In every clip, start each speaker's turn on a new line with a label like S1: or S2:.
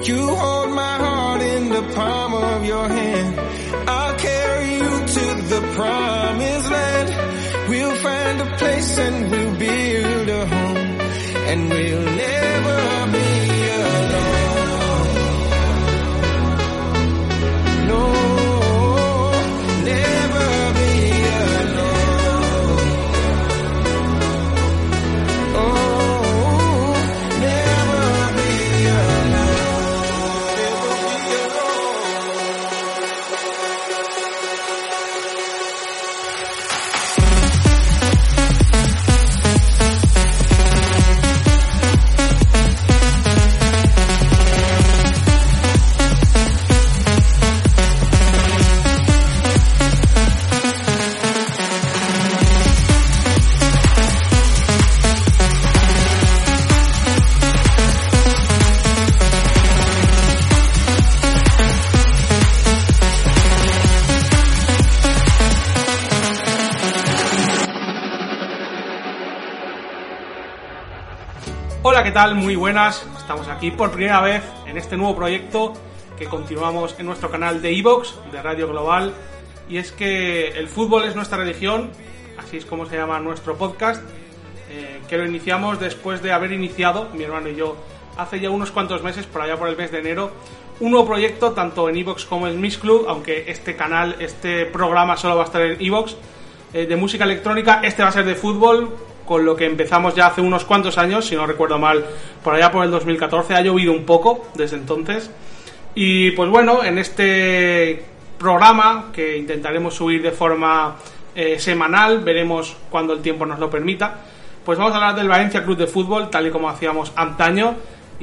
S1: You hold my heart in the palm of your hand. I'll carry you to the promised land. We'll find a place and we'll build a home, and we'll never be alone. No, never be alone. Oh, never be alone. Never be
S2: Hola, ¿qué tal? Muy buenas. Estamos aquí por primera vez en este nuevo proyecto que continuamos en nuestro canal de iVox, de Radio Global. Y es que el fútbol es nuestra religión, así es como se llama nuestro podcast, que lo iniciamos después de haber iniciado, mi hermano y yo, hace ya unos cuantos meses, por allá por el mes de enero, un nuevo proyecto tanto en iVox como en Mix Club, aunque este canal, este programa solo va a estar en iVox, de música electrónica. Este va a ser de fútbol, con lo que empezamos ya hace unos cuantos años, si no recuerdo mal, por allá por el 2014. Ha llovido un poco desde entonces. Y pues bueno, en este programa, que intentaremos subir de forma semanal, veremos cuando el tiempo nos lo permita, pues vamos a hablar del Valencia Club de Fútbol, tal y como hacíamos antaño.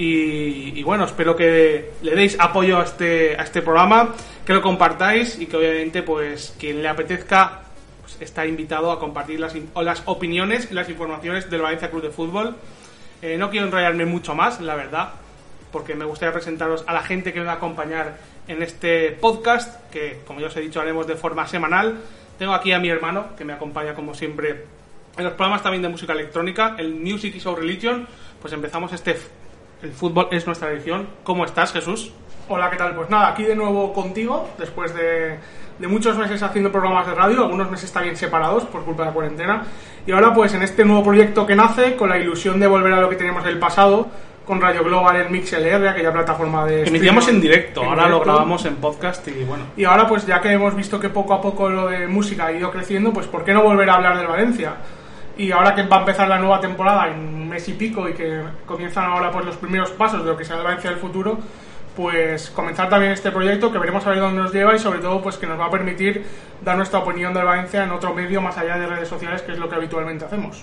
S2: Y bueno, espero que le deis apoyo a este programa, que lo compartáis y que obviamente pues quien le apetezca está invitado a compartir las opiniones y las informaciones del Valencia Club de Fútbol. No quiero enrollarme mucho más, la verdad, porque me gustaría presentaros a la gente que me va a acompañar en este podcast, que como ya os he dicho haremos de forma semanal. Tengo aquí a mi hermano, que me acompaña como siempre en los programas también de música electrónica, el Music is Our Religion. Pues empezamos el fútbol es nuestra religión. ¿Cómo estás, Jesús?
S3: Hola, ¿qué tal? Pues nada, aquí de nuevo contigo, después de muchos meses haciendo programas de radio, algunos meses también separados por culpa de la cuarentena, y ahora pues en este nuevo proyecto que nace con la ilusión de volver a lo que teníamos en el pasado, con Radio Global, el MixLR, aquella plataforma de...
S2: Emitíamos en directo, ahora lo grabamos en podcast y bueno.
S3: Y ahora pues ya que hemos visto que poco a poco lo de música ha ido creciendo, pues ¿por qué no volver a hablar del Valencia? Y ahora que va a empezar la nueva temporada en un mes y pico y que comienzan ahora pues los primeros pasos de lo que será el Valencia del futuro, pues comenzar también este proyecto, que veremos a ver dónde nos lleva, y sobre todo pues que nos va a permitir dar nuestra opinión del Valencia en otro medio más allá de redes sociales, que es lo que habitualmente hacemos.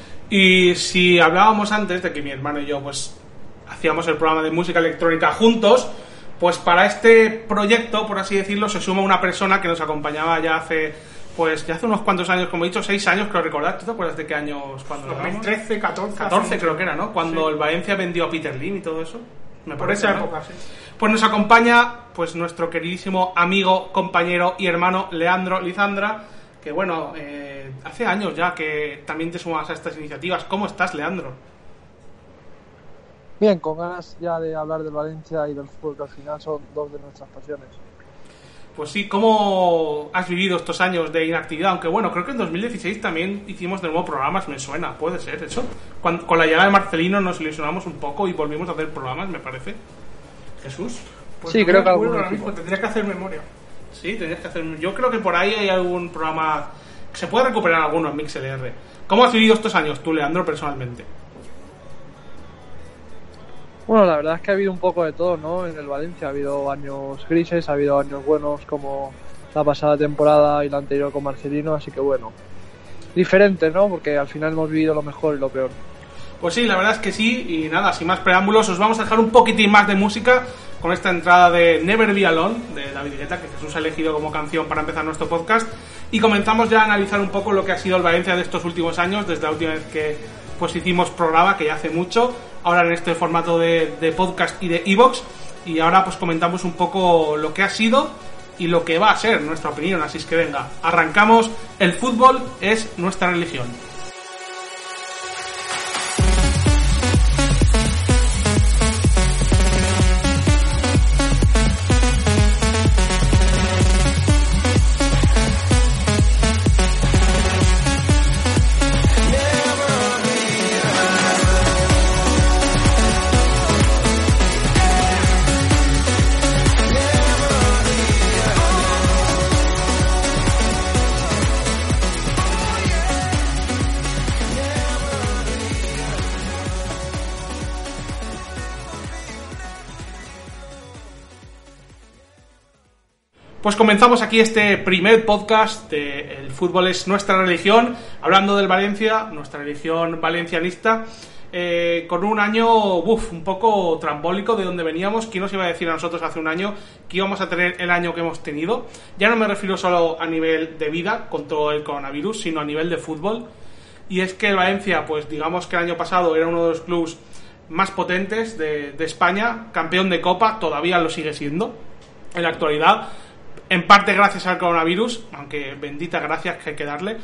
S2: Y si hablábamos antes de que mi hermano y yo pues hacíamos el programa de música electrónica juntos, pues para este proyecto, por así decirlo, se suma una persona que nos acompañaba ya hace unos cuantos años, como he dicho, 6 años, creo recordar. ¿Tú te acuerdas de qué años? Cuando
S3: 2013, 14
S2: creo que era, ¿no? Cuando el Valencia vendió a Peter Lim y todo eso.
S3: Por esa época, sí.
S2: Pues nos acompaña pues nuestro queridísimo amigo, compañero y hermano Leandro Lizandra, que bueno, hace años ya que también te sumas a estas iniciativas. ¿Cómo estás, Leandro?
S4: Bien, con ganas ya de hablar del Valencia y del fútbol, que al final son dos de nuestras pasiones.
S2: Pues sí, ¿cómo has vivido estos años de inactividad? Aunque bueno, creo que en 2016 también hicimos de nuevo programas, me suena, ¿puede ser eso? Con la llegada de Marcelino nos ilusionamos un poco y volvimos a hacer programas, me parece. ¿Jesús?
S3: Pues
S4: sí,
S3: no
S4: creo que
S3: ahora mismo tendría que hacer memoria.
S2: Sí, tendrías que hacer... Yo creo que por ahí hay algún programa... Se puede recuperar alguno en MixLR. ¿Cómo has vivido estos años tú, Leandro, personalmente?
S4: Bueno, la verdad es que ha habido un poco de todo, ¿no? En el Valencia ha habido años grises, ha habido años buenos como la pasada temporada y la anterior con Marcelino, así que bueno, diferente, ¿no? Porque al final hemos vivido lo mejor y lo peor.
S2: Pues sí, la verdad es que sí, y nada, sin más preámbulos, os vamos a dejar un poquitín más de música con esta entrada de Never Be Alone, de David Guetta, que Jesús ha elegido como canción para empezar nuestro podcast, y comenzamos ya a analizar un poco lo que ha sido el Valencia de estos últimos años, desde la última vez que pues hicimos programa, que ya hace mucho, ahora en este formato de podcast y de iVox, y ahora pues comentamos un poco lo que ha sido y lo que va a ser nuestra opinión, así es que venga, arrancamos. El fútbol es nuestra religión. Pues comenzamos aquí este primer podcast de El fútbol es nuestra religión, hablando del Valencia, nuestra religión valencianista, con un año un poco trambólico de donde veníamos. ¿Quién nos iba a decir a nosotros hace un año que íbamos a tener el año que hemos tenido? Ya no me refiero solo a nivel de vida con todo el coronavirus, sino a nivel de fútbol. Y es que el Valencia, pues digamos que el año pasado era uno de los clubes más potentes de España, campeón de Copa, todavía lo sigue siendo en la actualidad, en parte gracias al coronavirus, aunque bendita gracias que hay que darle.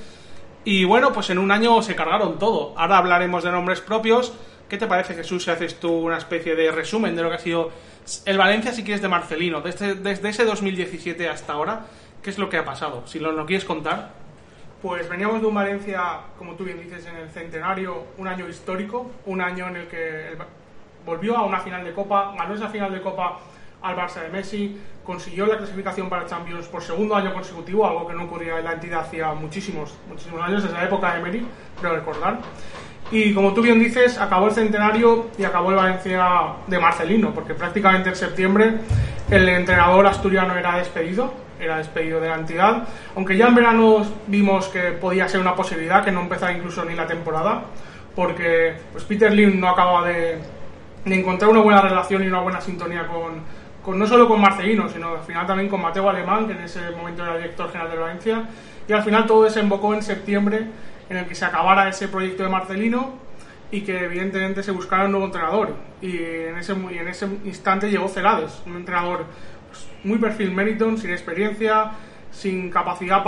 S2: Y bueno, pues en un año se cargaron todo. Ahora hablaremos de nombres propios. ¿Qué te parece, Jesús, si haces tú una especie de resumen de lo que ha sido el Valencia, si quieres, de Marcelino, desde ese 2017 hasta ahora? ¿Qué es lo que ha pasado? Si lo quieres contar.
S3: Pues veníamos de un Valencia, como tú bien dices, en el centenario, un año histórico, un año en el que volvió a una final de Copa, ganó esa final de Copa al Barça de Messi, consiguió la clasificación para Champions por segundo año consecutivo, algo que no ocurría en la entidad hacía muchísimos años, desde la época de Emery, creo recordar. Y como tú bien dices, acabó el centenario y acabó el Valencia de Marcelino, porque prácticamente en septiembre el entrenador asturiano era despedido de la entidad, aunque ya en verano vimos que podía ser una posibilidad, que no empezara incluso ni la temporada, porque pues Peter Lim no acababa de encontrar una buena relación y una buena sintonía con no solo con Marcelino, sino al final también con Mateu Alemán, que en ese momento era director general de Valencia, y al final todo desembocó en septiembre en el que se acabara ese proyecto de Marcelino y que evidentemente se buscara un nuevo entrenador, y en ese instante llegó Celades, un entrenador pues, muy perfil Meriton, sin experiencia, sin capacidad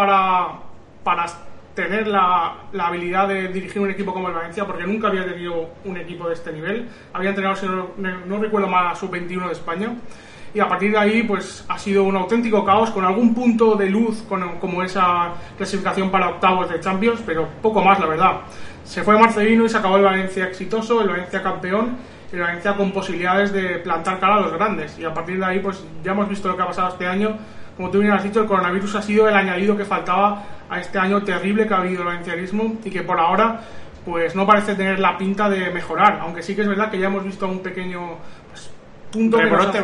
S3: para tener la habilidad de dirigir un equipo como el Valencia, porque nunca había tenido un equipo de este nivel. Había entrenado, si no recuerdo mal, a sub-21 de España, y a partir de ahí pues ha sido un auténtico caos, con algún punto de luz como esa clasificación para octavos de Champions, pero poco más, la verdad. Se fue Marcelino y se acabó el Valencia exitoso, el Valencia campeón, el Valencia con posibilidades de plantar cara a los grandes, y a partir de ahí pues ya hemos visto lo que ha pasado este año. Como tú bien has dicho, el coronavirus ha sido el añadido que faltaba a este año terrible que ha habido el valencianismo, y que por ahora pues no parece tener la pinta de mejorar, aunque sí que es verdad que ya hemos visto un pequeño punto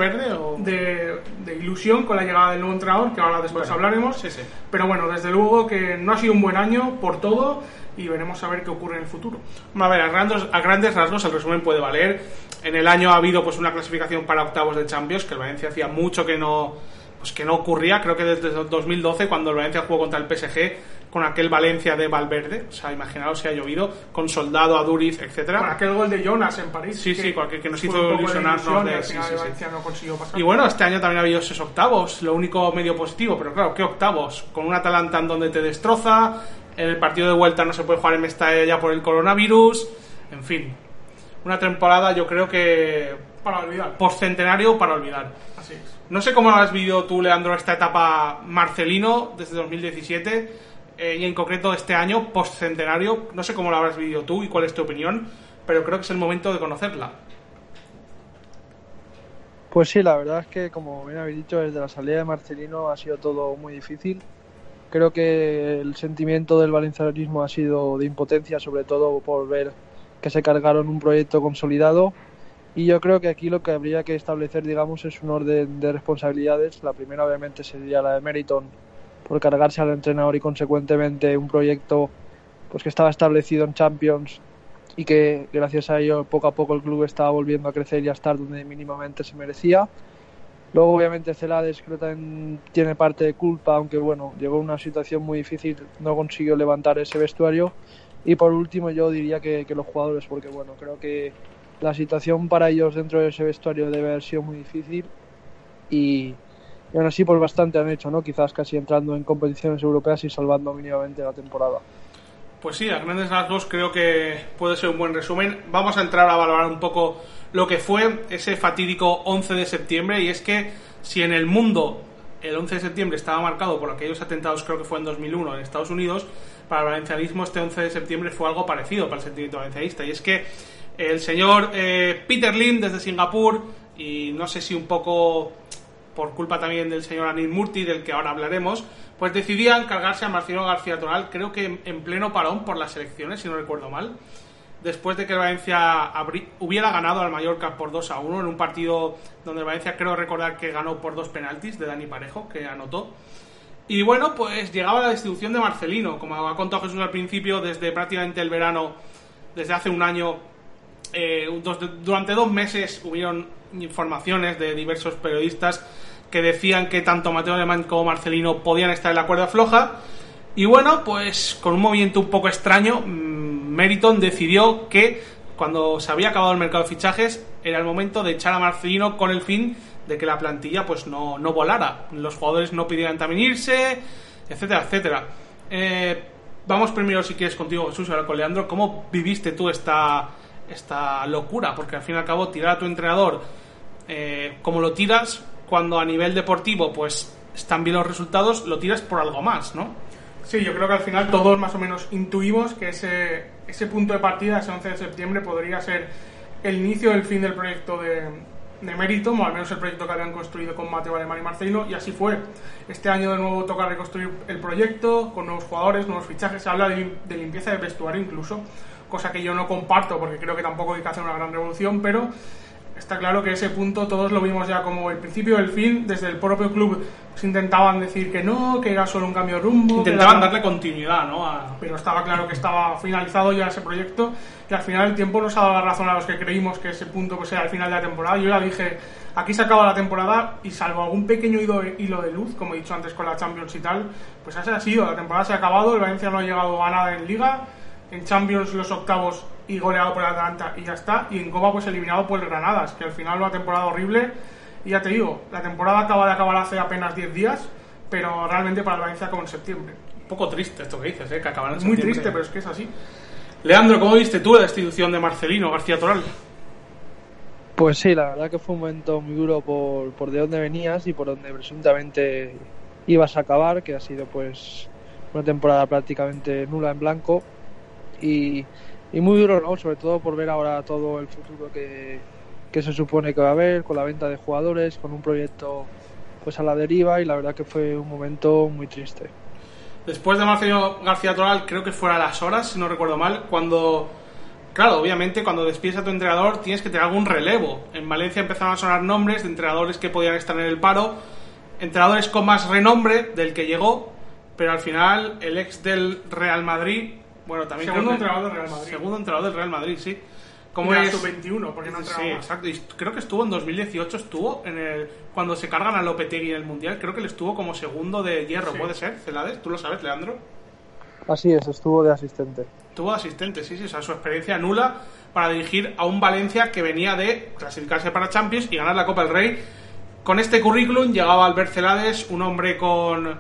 S3: de ilusión con la llegada del nuevo entrenador, que ahora después hablaremos. Sí. Pero bueno, desde luego que no ha sido un buen año por todo, y veremos a ver qué ocurre en el futuro.
S2: A ver, a grandes rasgos el resumen puede valer. En el año ha habido pues una clasificación para octavos de Champions, que el Valencia hacía mucho que no ocurría. Creo que desde 2012, cuando el Valencia jugó contra el PSG, con aquel Valencia de Valverde, o sea, imaginaos si ha llovido, con Soldado, Aduriz, etcétera.
S3: Con aquel gol de Jonas en París.
S2: Sí, que nos hizo ilusionarnos de
S3: sí. No consiguió pasar.
S2: Y bueno, este año también ha habido 6 octavos, lo único medio positivo, pero claro, ¿qué octavos? Con un Atalanta en donde te destroza, en el partido de vuelta no se puede jugar en Mestalla ya por el coronavirus, en fin. Una temporada, yo creo que
S3: para olvidar.
S2: Postcentenario para olvidar.
S3: Así es.
S2: No sé cómo has vivido tú, Leandro, esta etapa Marcelino desde 2017 y en concreto este año postcentenario. No sé cómo lo habrás vivido tú y cuál es tu opinión, pero creo que es el momento de conocerla.
S4: Pues sí, la verdad es que, como bien habéis dicho, desde la salida de Marcelino ha sido todo muy difícil. Creo que el sentimiento del valencianismo ha sido de impotencia, sobre todo por ver que se cargaron un proyecto consolidado, y yo creo que aquí lo que habría que establecer, digamos, es un orden de responsabilidades. La primera obviamente sería la de Meriton, por cargarse al entrenador y consecuentemente un proyecto pues que estaba establecido en Champions y que gracias a ello poco a poco el club estaba volviendo a crecer y a estar donde mínimamente se merecía. Luego obviamente Celades creo que también tiene parte de culpa, aunque bueno, llegó a una situación muy difícil, no consiguió levantar ese vestuario. Y por último yo diría que los jugadores, porque bueno, creo que la situación para ellos dentro de ese vestuario debe haber sido muy difícil, y aún así pues bastante han hecho, ¿no? Quizás casi entrando en competiciones europeas y salvando mínimamente la temporada.
S2: Pues sí, a grandes rasgos creo que puede ser un buen resumen. Vamos a entrar a valorar un poco lo que fue ese fatídico 11 de septiembre, y es que si en el mundo el 11 de septiembre estaba marcado por aquellos atentados, creo que fue en 2001 en Estados Unidos, para el valencianismo este 11 de septiembre fue algo parecido para el sentimiento valencianista, y es que el señor Peter Lim desde Singapur, y no sé si un poco por culpa también del señor Anil Murti, del que ahora hablaremos, pues decidían cargarse a Marcelino García Toral, creo que en pleno parón por las elecciones, si no recuerdo mal. después de que el Valencia hubiera ganado al Mallorca por 2-1 en un partido donde el Valencia, creo recordar que ganó por 2 penaltis de Dani Parejo, que anotó. Y bueno, pues llegaba la destitución de Marcelino, como ha contado Jesús al principio, desde prácticamente el verano, desde hace un año, durante 2 meses hubieron informaciones de diversos periodistas que decían que tanto Mateo Alemán como Marcelino podían estar en la cuerda floja. Y bueno, pues con un movimiento un poco extraño, Meriton decidió que cuando se había acabado el mercado de fichajes era el momento de echar a Marcelino con el fin de que la plantilla pues no volara, los jugadores no pidieran también irse, etcétera, etcétera. Vamos primero, si quieres, contigo, Jesús, y ahora con Leandro. ¿Cómo viviste tú esta locura? Porque al fin y al cabo tirar a tu entrenador como lo tiras, cuando a nivel deportivo pues están bien los resultados, lo tiras por algo más, ¿no?
S3: Sí, yo creo que al final todos más o menos intuimos que ese punto de partida, ese 11 de septiembre, podría ser el inicio del fin del proyecto de Meriton, o al menos el proyecto que habían construido con Mateo Alemán y Marcelino, y así fue. Este año de nuevo toca reconstruir el proyecto con nuevos jugadores, nuevos fichajes. Se habla de limpieza de vestuario incluso, cosa que yo no comparto porque creo que tampoco hay que hacer una gran revolución, pero está claro que ese punto todos lo vimos ya como el principio del fin. Desde el propio club pues intentaban decir que no, que era solo un cambio de rumbo.
S2: Intentaban darle continuidad, ¿no?
S3: Pero estaba claro que estaba finalizado ya ese proyecto, y al final el tiempo nos ha dado la razón a los que creímos que ese punto pues era el final de la temporada. Yo ya dije, aquí se acaba la temporada, y salvo algún pequeño hilo de luz, como he dicho antes con la Champions y tal, pues así ha sido. La temporada se ha acabado, el Valencia no ha llegado a nada en Liga, en Champions los octavos y goleado por el Atalanta y ya está, y en Copa pues eliminado por el Granadas, que al final una temporada horrible. Y ya te digo, la temporada acaba de acabar hace apenas 10 días, pero realmente para el Valencia como en septiembre.
S2: Un poco triste esto que dices, que acabará en septiembre.
S3: Muy triste, pero es que es así.
S2: Leandro, ¿cómo viste tú la destitución de Marcelino García Toral?
S4: Pues sí, la verdad que fue un momento muy duro por de dónde venías y por donde presuntamente ibas a acabar, que ha sido pues una temporada prácticamente nula en blanco, y muy duro, ¿no? Sobre todo por ver ahora todo el futuro que se supone que va a haber, con la venta de jugadores, con un proyecto pues a la deriva, y la verdad que fue un momento muy triste.
S2: Después de Marcelino García Toral, creo que fuera a las horas, si no recuerdo mal, cuando, claro, obviamente cuando despides a tu entrenador tienes que tener algún relevo. En Valencia empezaron a sonar nombres de entrenadores que podían estar en el paro, entrenadores con más renombre del que llegó, pero al final el ex del Real Madrid, bueno, también
S3: segundo entrenador del Real Madrid.
S2: Segundo entrenador del Real Madrid, sí.
S3: Como es sub-21, porque no entrenaba.
S2: Sí, exacto. Y creo que estuvo en 2018, estuvo cuando se cargan a Lopetegui en el Mundial, creo que él estuvo como segundo de hierro, sí. ¿Puede ser, Celades? ¿Tú lo sabes, Leandro?
S4: Así es, estuvo de asistente.
S2: Estuvo de asistente, sí, o sea, su experiencia nula para dirigir a un Valencia que venía de clasificarse para Champions y ganar la Copa del Rey. Con este currículum llegaba Albert Celades, un hombre con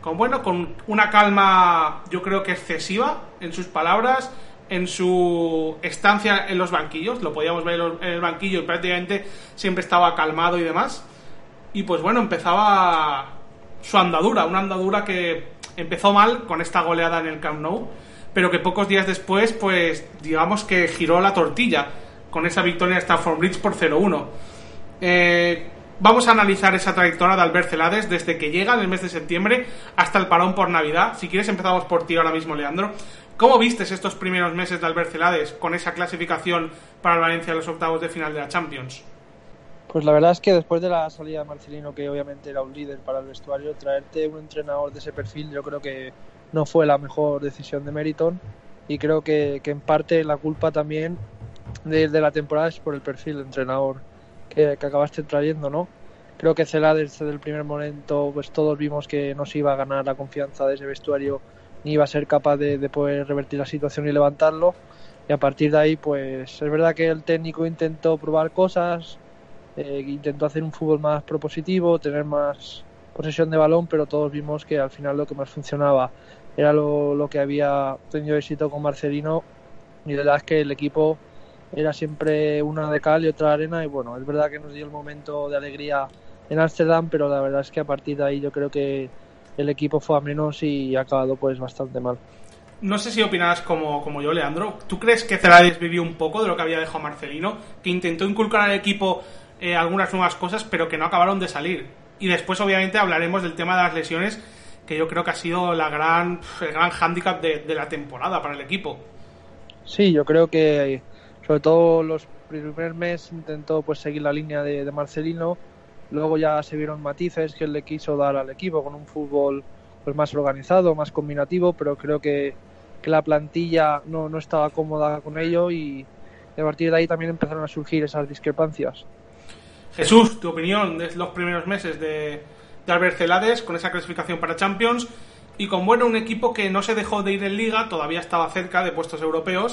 S2: una calma, yo creo que excesiva en sus palabras, en su estancia en los banquillos. Lo podíamos ver en el banquillo y prácticamente siempre estaba calmado y demás. Y pues bueno, empezaba su andadura, una andadura que empezó mal con esta goleada en el Camp Nou, pero que pocos días después, pues digamos que giró la tortilla con esa victoria en Stamford Bridge por 0-1. Vamos a analizar esa trayectoria de Albert Celades desde que llega en el mes de septiembre hasta el parón por Navidad. Si quieres empezamos por ti ahora mismo, Leandro. ¿Cómo vistes estos primeros meses de Albert Celades con esa clasificación para el Valencia a los octavos de final de la Champions?
S4: Pues la verdad es que después de la salida de Marcelino, que obviamente era un líder para el vestuario, traerte un entrenador de ese perfil yo creo que no fue la mejor decisión de Meriton, y creo que en parte la culpa también de la temporada es por el perfil de entrenador que acabaste trayendo, ¿no? Creo que Celades desde el primer momento pues todos vimos que no se iba a ganar la confianza de ese vestuario, ni iba a ser capaz de poder revertir la situación y levantarlo, y a partir de ahí pues es verdad que el técnico intentó probar cosas, intentó hacer un fútbol más propositivo, tener más posesión de balón, pero todos vimos que al final lo que más funcionaba era lo que había tenido éxito con Marcelino, y la verdad es que el equipo era siempre una de cal y otra de arena, y bueno, es verdad que nos dio el momento de alegría en Ámsterdam, pero la verdad es que a partir de ahí yo creo que el equipo fue a menos y ha acabado pues bastante mal.
S2: No sé si opinarás como yo, Leandro. ¿Tú crees que Celades vivió un poco de lo que había dejado Marcelino, que intentó inculcar al equipo algunas nuevas cosas, pero que no acabaron de salir? Y después obviamente hablaremos del tema de las lesiones, que yo creo que ha sido el gran hándicap de la temporada para el equipo.
S4: Sí, yo creo que sobre todo los primeros meses intentó pues seguir la línea de Marcelino, luego ya se vieron matices que él le quiso dar al equipo con un fútbol pues más organizado, más combinativo, pero creo que la plantilla no estaba cómoda con ello y a partir de ahí también empezaron a surgir esas discrepancias.
S2: Jesús, tu opinión de los primeros meses de Albert Celades con esa clasificación para Champions y con un equipo que no se dejó de ir en Liga, todavía estaba cerca de puestos europeos,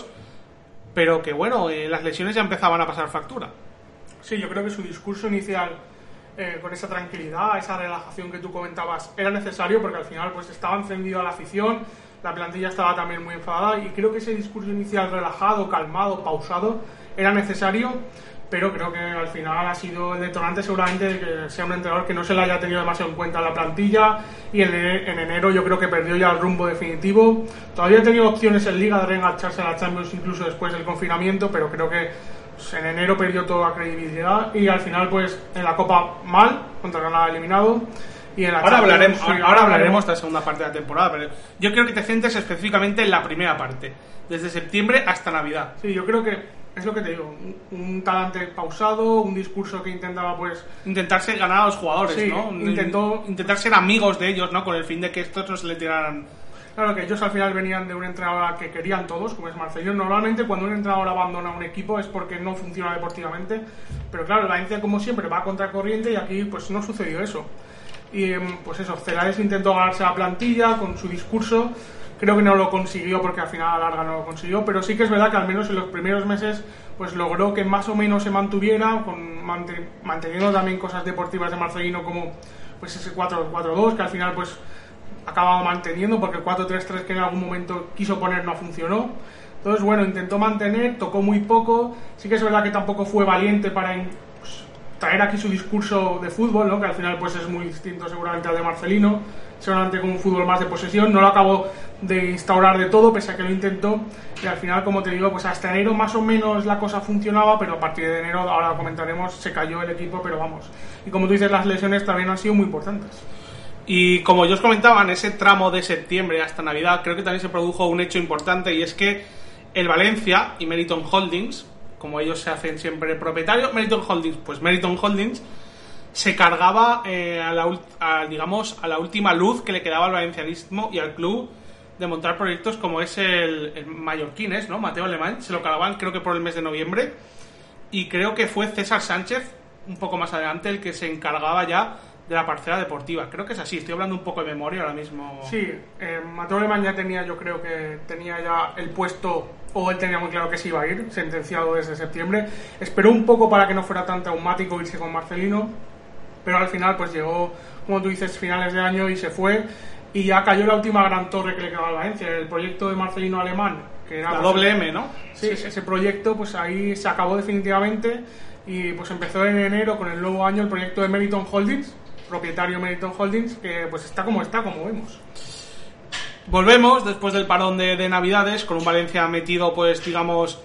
S2: pero que las lesiones ya empezaban a pasar factura.
S3: Sí, yo creo que su discurso inicial con esa tranquilidad, esa relajación que tú comentabas, era necesario porque al final pues estaba encendido a la afición, la plantilla estaba también muy enfadada y creo que ese discurso inicial relajado, calmado, pausado era necesario, pero creo que al final ha sido el detonante seguramente de que sea un entrenador que no se le haya tenido demasiado en cuenta en la plantilla y en enero yo creo que perdió ya el rumbo definitivo. Todavía ha tenido opciones en Liga de reengancharse a la Champions incluso después del confinamiento, pero creo que en enero perdió toda credibilidad y al final pues en la Copa mal, contra Granada eliminado. Y en la
S2: ahora hablaremos de la segunda parte de la temporada, pero yo creo que te centres específicamente en la primera parte, desde septiembre hasta Navidad.
S3: Sí, yo creo que es lo que te digo, un talante pausado, un discurso que intentaba pues...
S2: intentarse ganar a los jugadores,
S3: sí,
S2: ¿no? Intentar ser amigos de ellos, ¿no? Con el fin de que estos no se le tiraran...
S3: Claro que ellos al final venían de un entrenador que querían todos, como es Marcelino. Normalmente cuando un entrenador abandona un equipo es porque no funciona deportivamente, pero claro, la Valencia como siempre va a contracorriente y aquí pues no sucedió eso. Y pues eso, Celades intentó ganarse la plantilla con su discurso. Creo que no lo consiguió porque al final a la larga no lo consiguió, pero sí que es verdad que al menos en los primeros meses pues logró que más o menos se mantuviera, manteniendo también cosas deportivas de Marcelino como pues ese 4-4-2 que al final pues acababa manteniendo porque el 4-3-3 que en algún momento quiso poner no funcionó. Entonces intentó mantener, tocó muy poco, sí que es verdad que tampoco fue valiente para traer aquí su discurso de fútbol, ¿no? Que al final pues es muy distinto seguramente al de Marcelino, seguramente con un fútbol más de posesión. No lo acabó de instaurar de todo, pese a que lo intentó, y al final, como te digo, pues hasta enero más o menos la cosa funcionaba, pero a partir de enero, ahora lo comentaremos, se cayó el equipo, pero vamos. Y como tú dices, las lesiones también han sido muy importantes.
S2: Y como yo os comentaba, en ese tramo de septiembre hasta Navidad, creo que también se produjo un hecho importante, y es que el Valencia y Meriton Holdings, como ellos se hacen siempre propietarios, Meriton Holdings se cargaba a la última luz que le quedaba al valencianismo y al club de montar proyectos como es el mallorquín, ¿no? Mateo Alemán, se lo cargaban creo que por el mes de noviembre, y creo que fue César Sánchez un poco más adelante el que se encargaba ya de la parcela deportiva. Creo que es así, estoy hablando un poco de memoria ahora mismo.
S3: Sí, Mateo Alemán ya tenía ya el puesto, o él tenía muy claro que se iba a ir, sentenciado desde septiembre. Esperó un poco para que no fuera tan traumático irse con Marcelino, pero al final pues llegó, como tú dices, finales de año y se fue, y ya cayó la última gran torre que le quedaba a Valencia, el proyecto de Marcelino Alemán, que era
S2: la
S3: pues,
S2: doble M, ¿no?
S3: Sí, ese proyecto pues ahí se acabó definitivamente, y pues empezó en enero con el nuevo año el proyecto de Meriton Holdings, propietario Meriton Holdings, que pues está, como vemos.
S2: Volvemos después del parón de Navidades con un Valencia metido pues digamos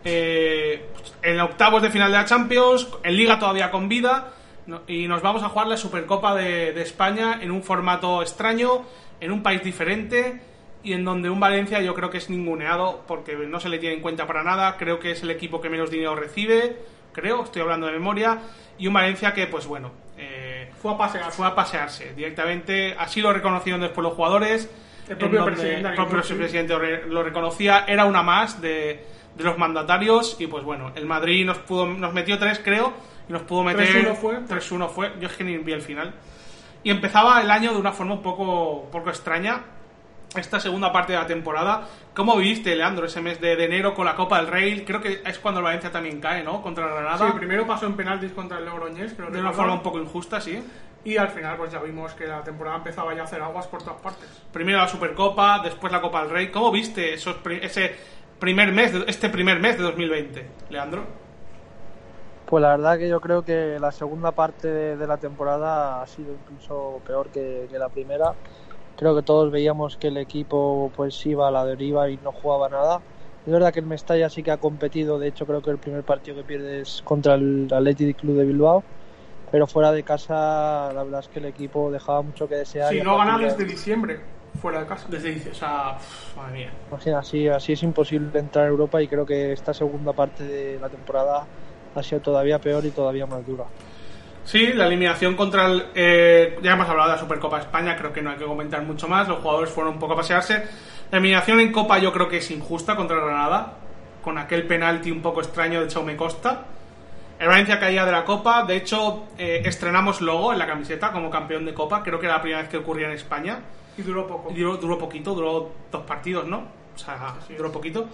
S2: en octavos de final de la Champions, en Liga todavía con vida, y nos vamos a jugar la Supercopa de España en un formato extraño, en un país diferente, y en donde un Valencia yo creo que es ninguneado porque no se le tiene en cuenta para nada. Creo que es el equipo que menos dinero recibe, estoy hablando de memoria, y un Valencia que pues fue a pasearse directamente. Así lo reconocieron después los jugadores,
S3: el propio presidente
S2: lo reconocía, era una más de los mandatarios, y pues el Madrid nos metió 3 creo, y nos pudo meter 3-1 fue, yo es que ni vi el final. Y empezaba el año de una forma un poco extraña, esta segunda parte de la temporada. ¿Cómo viviste, Leandro, ese mes de enero con la Copa del Rey? Creo que es cuando el Valencia también cae, ¿no? Contra el Granada.
S3: Sí, primero pasó en penaltis contra el Logroñés,
S2: de una forma un poco injusta, sí.
S3: Y al final pues ya vimos que la temporada empezaba ya a hacer aguas por todas partes.
S2: Primero la Supercopa, después la Copa del Rey. ¿Cómo viste este primer mes de 2020, Leandro?
S4: Pues la verdad que yo creo que la segunda parte de la temporada ha sido incluso peor que la primera. Creo que todos veíamos que el equipo pues iba a la deriva y no jugaba nada. Es verdad que el Mestalla sí que ha competido, de hecho creo que el primer partido que pierde es contra el Athletic Club de Bilbao, pero fuera de casa la verdad es que el equipo dejaba mucho que desear.
S3: Sí, no gana desde diciembre. fuera de casa.
S2: O sea, madre mía.
S4: Imagina, así es imposible entrar a Europa, y creo que esta segunda parte de la temporada ha sido todavía peor y todavía más dura.
S2: Sí, la eliminación contra ya hemos hablado de la Supercopa de España, creo que no hay que comentar mucho más, los jugadores fueron un poco a pasearse. La eliminación en Copa yo creo que es injusta contra Granada, con aquel penalti un poco extraño de Jaume Costa. El Valencia caía de la Copa, de hecho estrenamos logo en la camiseta como campeón de Copa, creo que era la primera vez que ocurría en España.
S3: Y duró poco.
S2: Duró poquito, duró 2 partidos, ¿no? O sea, sí, duró poquito.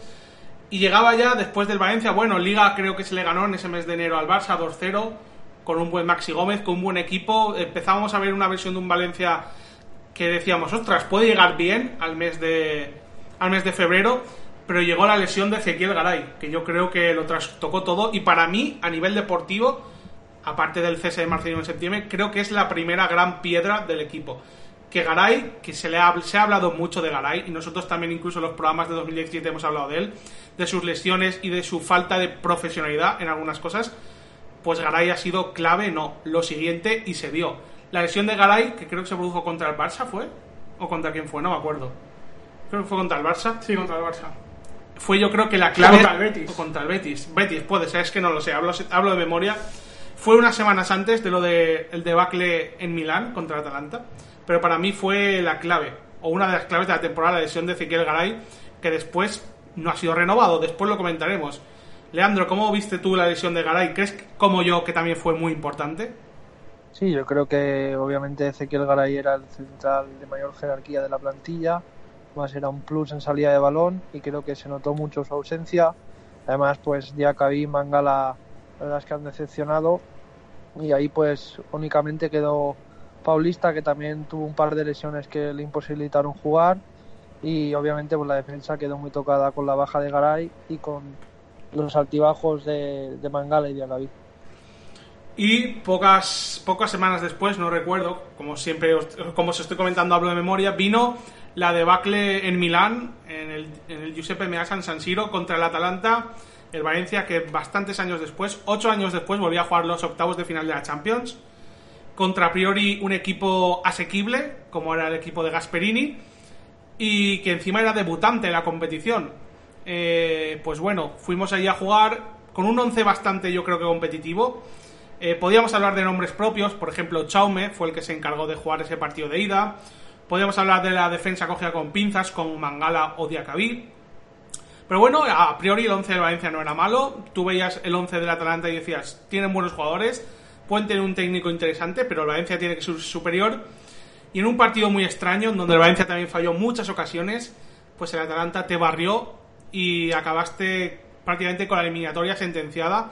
S2: Y llegaba ya después del Valencia, bueno, Liga creo que se le ganó en ese mes de enero al Barça 2-0, con un buen Maxi Gómez, con un buen equipo. Empezábamos a ver una versión de un Valencia que decíamos, ostras, puede llegar bien al mes de febrero, pero llegó la lesión de Ezequiel Garay, que yo creo que lo trastocó todo, y para mí, a nivel deportivo, aparte del cese de Marcelino en septiembre, creo que es la primera gran piedra del equipo. Que Garay, que se ha hablado mucho de Garay, y nosotros también incluso en los programas de 2017 hemos hablado de él, de sus lesiones y de su falta de profesionalidad en algunas cosas, pues Garay ha sido clave, no, lo siguiente, y se dio. La lesión de Garay, que creo que se produjo contra el Barça, ¿fue? ¿O contra quién fue? No me acuerdo. Creo que fue contra el Barça.
S3: Sí, contra el Barça.
S2: Fue yo creo que la clave...
S3: Contra el Betis.
S2: O contra el Betis. Betis, puede ser, es que no lo sé, hablo de memoria. Fue unas semanas antes de lo del debacle en Milán contra el Atalanta, pero para mí fue la clave, o una de las claves de la temporada, la lesión de Ezequiel Garay, que después no ha sido renovado, después lo comentaremos. Leandro, ¿cómo viste tú la lesión de Garay? ¿Crees como yo que también fue muy importante?
S4: Sí, yo creo que obviamente Ezequiel Garay era el central de mayor jerarquía de la plantilla, más era un plus en salida de balón, y creo que se notó mucho su ausencia. Además, pues Diacabí y Mangala, la verdad es que han decepcionado, y ahí pues únicamente quedó Paulista, que también tuvo un par de lesiones que le imposibilitaron jugar, y obviamente pues la defensa quedó muy tocada con la baja de Garay y con los altibajos de Mangala y Diacabí.
S2: Y pocas semanas después, no recuerdo, como siempre, como os estoy comentando, hablo de memoria, vino la debacle en Milán, en el Giuseppe Meazza en San Siro, contra el Atalanta, el Valencia, que bastantes años después, 8 años después, volvía a jugar los octavos de final de la Champions, contra a priori un equipo asequible, como era el equipo de Gasperini, y que encima era debutante en la competición. Pues bueno, fuimos allí a jugar con un 11 bastante, yo creo que competitivo. Podíamos hablar de nombres propios, por ejemplo, Jaume fue el que se encargó de jugar ese partido de ida. Podíamos hablar de la defensa cogida con pinzas, con Mangala o Diacabí. Pero bueno, a priori el 11 del Valencia no era malo. Tú veías el 11 del Atalanta y decías, tienen buenos jugadores, pueden tener un técnico interesante, pero el Valencia tiene que ser superior. Y en un partido muy extraño, en donde el Valencia también falló muchas ocasiones, pues el Atalanta te barrió y acabaste prácticamente con la eliminatoria sentenciada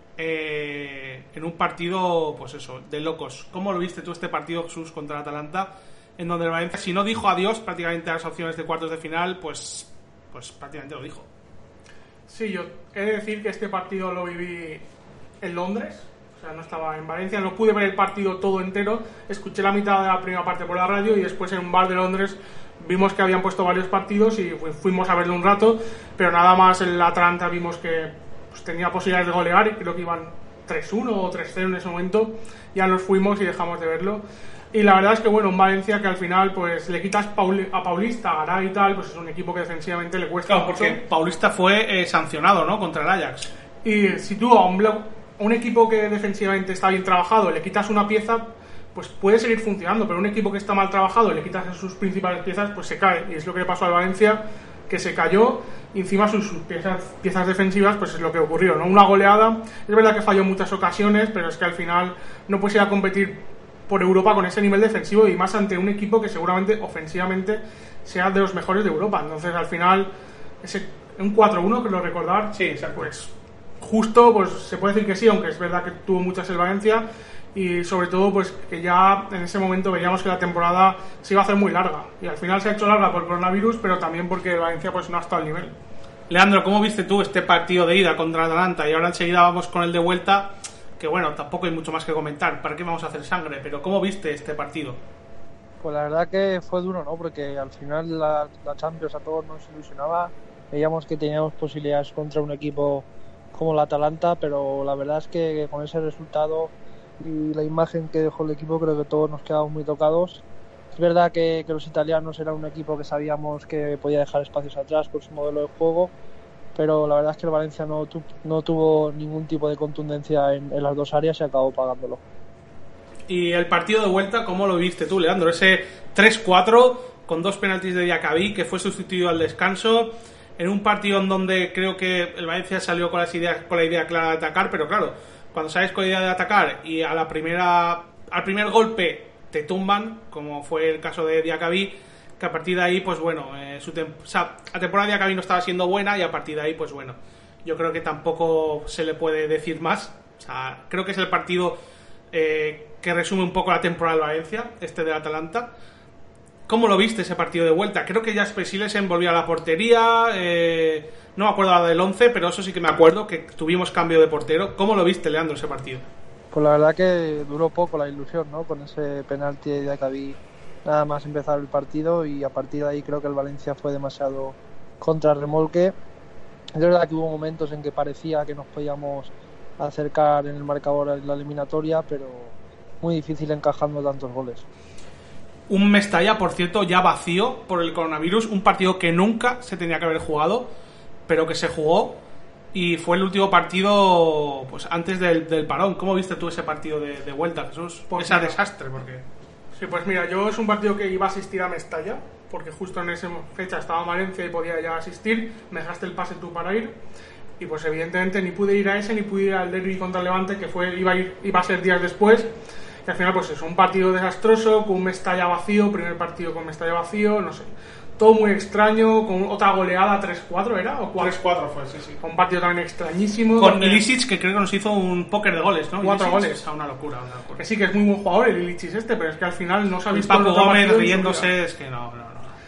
S2: en un partido, pues eso, de locos. ¿Cómo lo viste tú este partido, Jesús, contra el Atalanta? En donde el Valencia, si no dijo adiós prácticamente a las opciones de cuartos de final, pues prácticamente lo dijo.
S3: Sí, yo he de decir que este partido lo viví en Londres, o sea, no estaba en Valencia, no pude ver el partido todo entero, escuché la mitad de la primera parte por la radio y después en un bar de Londres vimos que habían puesto varios partidos y fuimos a verlo un rato, pero nada más el Atalanta vimos que pues, tenía posibilidades de golear y creo que iban 3-1 o 3-0 en ese momento, ya nos fuimos y dejamos de verlo. Y la verdad es que bueno, un Valencia que al final pues le quitas a Paulista, a Garay y tal, pues es un equipo que defensivamente le cuesta mucho.
S2: Porque Paulista fue sancionado, ¿no?, contra el Ajax.
S3: Y si tú a un equipo que defensivamente está bien trabajado le quitas una pieza, pues puede seguir funcionando, pero un equipo que está mal trabajado y le quitas a sus principales piezas, pues se cae. Y es lo que le pasó al Valencia, que se cayó, y encima sus piezas defensivas, pues es lo que ocurrió, ¿no? Una goleada. Es verdad que falló en muchas ocasiones, pero es que al final no puedes ir a competir por Europa con ese nivel defensivo y más ante un equipo que seguramente ofensivamente sea de los mejores de Europa. Entonces al final un 4-1, creo recordar,
S2: sí, exacto.
S3: Pues justo, pues se puede decir que sí, aunque es verdad que tuvo muchas el Valencia, y sobre todo pues que ya en ese momento veíamos que la temporada se iba a hacer muy larga y al final se ha hecho larga por el coronavirus, pero también porque el Valencia pues no ha estado al nivel.
S2: Leandro, ¿cómo viste tú este partido de ida contra Atalanta? Y ahora enseguida vamos con el de vuelta, que bueno, tampoco hay mucho más que comentar, ¿para qué vamos a hacer sangre? Pero ¿cómo viste este partido?
S4: Pues la verdad que fue duro, ¿no? Porque al final la Champions a todos nos ilusionaba, veíamos que teníamos posibilidades contra un equipo como el Atalanta, pero la verdad es que con ese resultado y la imagen que dejó el equipo creo que todos nos quedamos muy tocados Es verdad que los italianos eran un equipo que sabíamos que podía dejar espacios atrás por su modelo de juego, pero la verdad es que el Valencia no tuvo ningún tipo de contundencia en las dos áreas y acabó pagándolo.
S2: Y el partido de vuelta, ¿cómo lo viste tú, Leandro? Ese 3-4 con 2 penaltis de Diacabí, que fue sustituido al descanso, en un partido en donde creo que el Valencia salió con la idea clara de atacar, pero claro, cuando sales con la idea de atacar y al primer golpe te tumban, como fue el caso de Diacabí, que a partir de ahí, pues bueno, la temporada de Diacabí no estaba siendo buena y a partir de ahí, pues bueno, yo creo que tampoco se le puede decir más. O sea, creo que es el partido que resume un poco la temporada de Valencia, del Atalanta. ¿Cómo lo viste ese partido de vuelta? Creo que Jasper Silesen volvió a la portería, no me acuerdo ahora del 11, pero eso sí que me acuerdo, que tuvimos cambio de portero. ¿Cómo lo viste, Leandro, ese partido?
S4: Pues la verdad que duró poco la ilusión, ¿no? Con ese penalti de Diacabí nada más empezar el partido, y a partir de ahí creo que el Valencia fue demasiado contrarremolque. Es verdad que hubo momentos en que parecía que nos podíamos acercar en el marcador en la eliminatoria, pero muy difícil encajando tantos goles.
S2: Un Mestalla, por cierto, ya vacío por el coronavirus, un partido que nunca se tenía que haber jugado, pero que se jugó, y fue el último partido pues antes del parón. ¿Cómo viste tú ese partido de vuelta, Jesús?
S3: Pues
S2: ese desastre, porque...
S3: Sí, pues mira, yo es un partido que iba a asistir a Mestalla, porque justo en esa fecha estaba en Valencia y podía ya asistir, me dejaste el pase tú para ir, y pues evidentemente ni pude ir a ese, ni pude ir al derbi contra el Levante, que iba a ser días después. Y al final pues es un partido desastroso, con un Mestalla vacío, primer partido con Mestalla vacío, no sé, todo muy extraño, con otra goleada 3-4, ¿era? ¿O
S2: 3-4 fue, sí.
S3: Un partido también extrañísimo.
S2: Con Ilicic, que creo que nos hizo un póker de goles, ¿no?
S3: 4 goles.
S2: O sea, una locura.
S3: Que sí, que es muy buen jugador el Ilicic pero es que al final no se ha visto...
S2: Paco Gómez riéndose, es que no.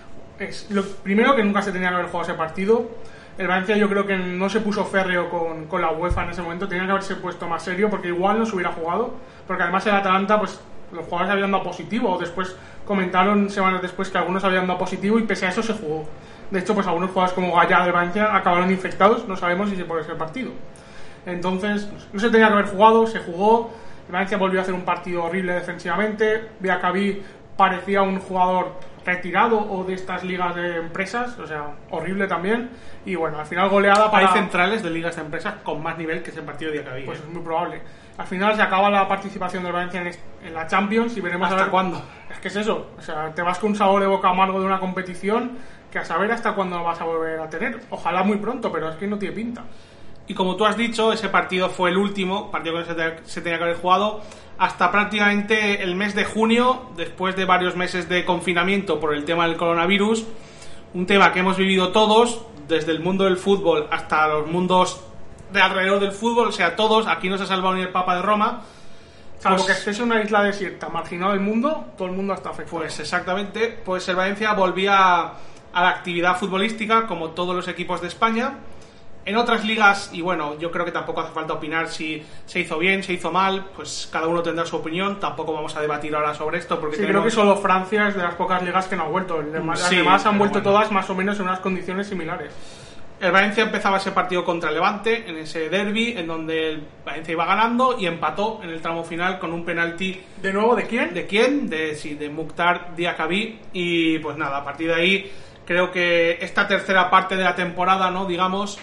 S3: Es lo primero, que nunca se tenía que haber jugado ese partido. El Valencia yo creo que no se puso férreo con la UEFA en ese momento, tenía que haberse puesto más serio, porque igual no se hubiera jugado, porque además el Atalanta, pues los jugadores habían dado positivo, o después comentaron semanas después que algunos habían dado positivo y pese a eso se jugó. De hecho, pues algunos jugadores como Gallá del Valencia acabaron infectados, no sabemos si se por ese partido. Entonces, no se tenía que haber jugado, se jugó, el Valencia volvió a hacer un partido horrible defensivamente, Diacabí parecía un jugador retirado o de estas ligas de empresas, o sea, horrible también, y bueno, al final goleada para...
S2: Hay centrales de ligas de empresas con más nivel que ese partido de Diacabí.
S3: Pues es muy probable. Al final se acaba la participación del Valencia en la Champions y veremos
S2: ¿Hasta
S3: a ver
S2: cuándo?
S3: Es que es eso, o sea, te vas con un sabor de boca amargo de una competición que a saber hasta cuándo lo vas a volver a tener. Ojalá muy pronto, pero es que no tiene pinta.
S2: Y como tú has dicho, ese partido fue el último partido que se tenía que haber jugado hasta prácticamente el mes de junio, después de varios meses de confinamiento por el tema del coronavirus, un tema que hemos vivido todos, desde el mundo del fútbol hasta los mundos de alrededor del fútbol, o sea, todos. Aquí no se ha salvado ni el Papa de Roma.
S3: Salvo que estés en una isla desierta, marginado del mundo, todo el mundo está afectado.
S2: Pues exactamente, pues el Valencia volvía a la actividad futbolística como todos los equipos de España. En otras ligas, y bueno, yo creo que tampoco hace falta opinar si se hizo bien, se hizo mal, pues cada uno tendrá su opinión, tampoco vamos a debatir ahora sobre esto, porque
S3: sí, creo que solo Francia es de las pocas ligas que no ha vuelto, las demás han vuelto todas más o menos en unas condiciones similares.
S2: El Valencia empezaba ese partido contra el Levante, en ese derbi, en donde el Valencia iba ganando y empató en el tramo final con un penalti.
S3: ¿De nuevo de quién?
S2: ¿De quién? De Mukhtar Diacabí. Y pues nada, a partir de ahí creo que esta tercera parte de la temporada, ¿no? Digamos,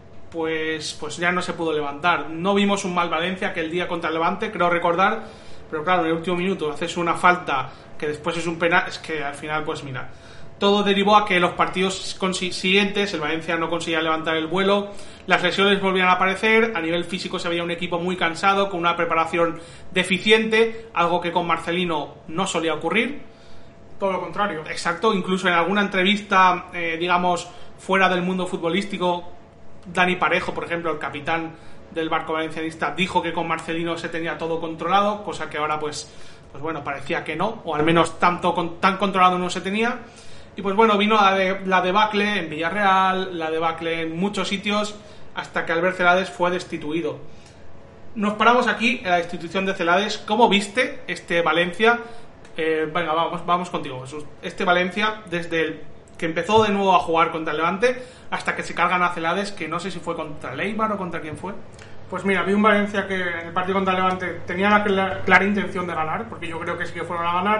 S2: pues ya no se pudo levantar. No vimos un mal Valencia que el día contra el Levante, creo recordar, pero claro, en el último minuto haces una falta que después es un penal, es que al final, pues mira, todo derivó a que los partidos siguientes el Valencia no conseguía levantar el vuelo, las lesiones volvían a aparecer, a nivel físico se veía un equipo muy cansado, con una preparación deficiente, algo que con Marcelino no solía ocurrir.
S3: Todo lo contrario.
S2: Exacto, incluso en alguna entrevista, digamos, fuera del mundo futbolístico, Dani Parejo, por ejemplo, el capitán del barco valencianista, dijo que con Marcelino se tenía todo controlado, cosa que ahora pues bueno, parecía que no, o al menos tan controlado no se tenía. Y pues bueno, vino la debacle en Villarreal, la debacle en muchos sitios, hasta que Albert Celades fue destituido. Nos paramos aquí en la destitución de Celades. ¿Cómo viste este Valencia? Venga, vamos contigo, Jesús. Este Valencia, desde el que empezó de nuevo a jugar contra el Levante hasta que se cargan a Celades, que no sé si fue contra el Eibar o contra quién fue.
S3: Pues mira, vi un Valencia que en el partido contra el Levante tenía la clara intención de ganar, porque yo creo que sí que fueron a ganar,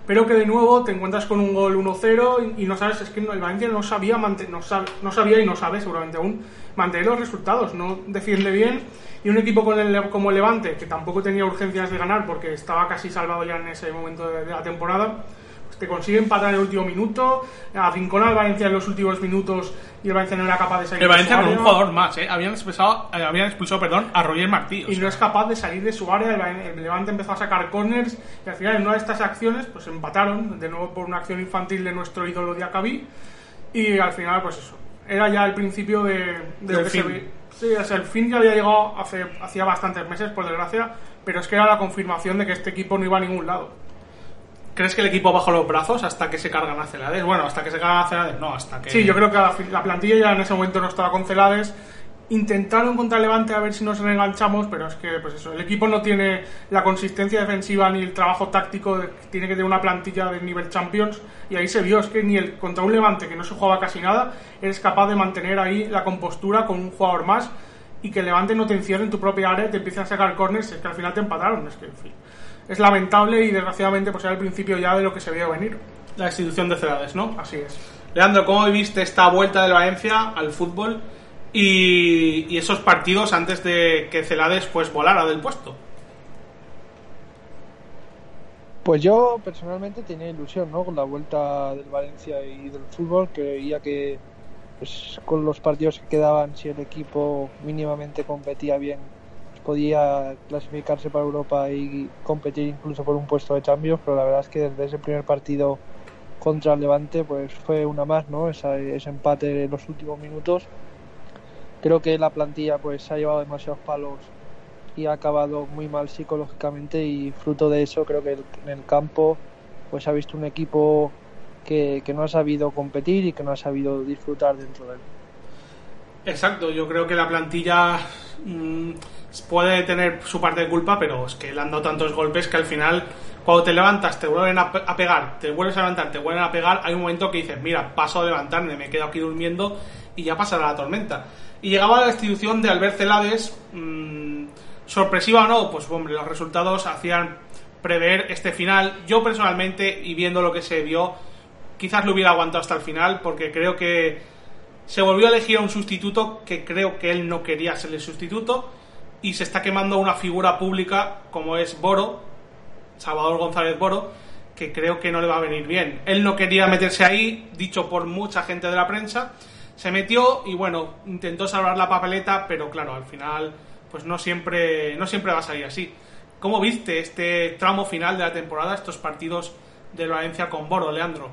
S3: pero que de nuevo te encuentras con un gol 1-0 y no sabes, es que el Valencia no sabía y no sabe seguramente aún mantener los resultados, no defiende bien, y un equipo como el Levante, que tampoco tenía urgencias de ganar porque estaba casi salvado ya en ese momento de la temporada, pues te consigue empatar en el último minuto, arrincona al Valencia en los últimos minutos y el Valencia no era capaz de salir.
S2: El Valencia
S3: de su
S2: con
S3: área.
S2: un jugador más, habían expulsado a Roger Martí.
S3: Y no es capaz de salir de su área. El Levante empezó a sacar corners y al final en una de estas acciones pues empataron de nuevo por una acción infantil de nuestro ídolo Diacabí, y al final pues eso era ya el principio de lo que
S2: fin.
S3: se ve. Sí, es el fin que había llegado hacía bastantes meses, por desgracia, pero es que era la confirmación de que este equipo no iba a ningún lado.
S2: ¿Crees que el equipo bajó los brazos hasta que se cargan a Celades? Bueno, hasta que se cargan a Celades, no, hasta que...
S3: Sí, yo creo que la plantilla ya en ese momento no estaba con Celades. Intentaron contra el Levante a ver si nos reenganchamos, pero es que pues eso, el equipo no tiene la consistencia defensiva ni el trabajo táctico, tiene que tener una plantilla de nivel Champions, y ahí se vio, es que ni contra un Levante que no se jugaba casi nada, eres capaz de mantener ahí la compostura con un jugador más, y que el Levante no te encierre en tu propia área y te empiece a sacar corners, es que al final te empataron, es que en fin. Es lamentable y desgraciadamente pues era el principio ya de lo que se veía venir.
S2: La institución de Celades, ¿no?
S3: Así es.
S2: Leandro, ¿cómo viviste esta vuelta del Valencia al fútbol y esos partidos antes de que Celades pues volara del puesto?
S4: Pues yo personalmente tenía ilusión, ¿no? Con la vuelta del Valencia y del fútbol. Creía que pues, con los partidos que quedaban, si el equipo mínimamente competía bien, podía clasificarse para Europa y competir incluso por un puesto de Champions, pero la verdad es que desde ese primer partido contra el Levante pues fue una más, ¿no? Ese empate en los últimos minutos. Creo que la plantilla pues se ha llevado demasiados palos y ha acabado muy mal psicológicamente, y fruto de eso creo que en el campo pues ha visto un equipo que no ha sabido competir y que no ha sabido disfrutar dentro de él.
S2: Exacto, yo creo que la plantilla puede tener su parte de culpa, pero es que le han dado tantos golpes que al final, cuando te levantas, te vuelven a pegar, te vuelves a levantar, te vuelven a pegar, hay un momento que dices, mira, paso a levantarme, me quedo aquí durmiendo y ya pasará la tormenta. Y llegaba la destitución de Albert Celades, sorpresiva o no, pues hombre, los resultados hacían prever este final. Yo personalmente, y viendo lo que se vio, quizás lo hubiera aguantado hasta el final, porque creo que se volvió a elegir a un sustituto que creo que él no quería ser el sustituto, y se está quemando una figura pública como es Boro, Salvador González Boro, que creo que no le va a venir bien. Él no quería meterse ahí, dicho por mucha gente de la prensa, se metió y bueno, intentó salvar la papeleta, pero claro, al final pues no siempre va a salir así. ¿Cómo viste este tramo final de la temporada, estos partidos del Valencia con Boro, Leandro?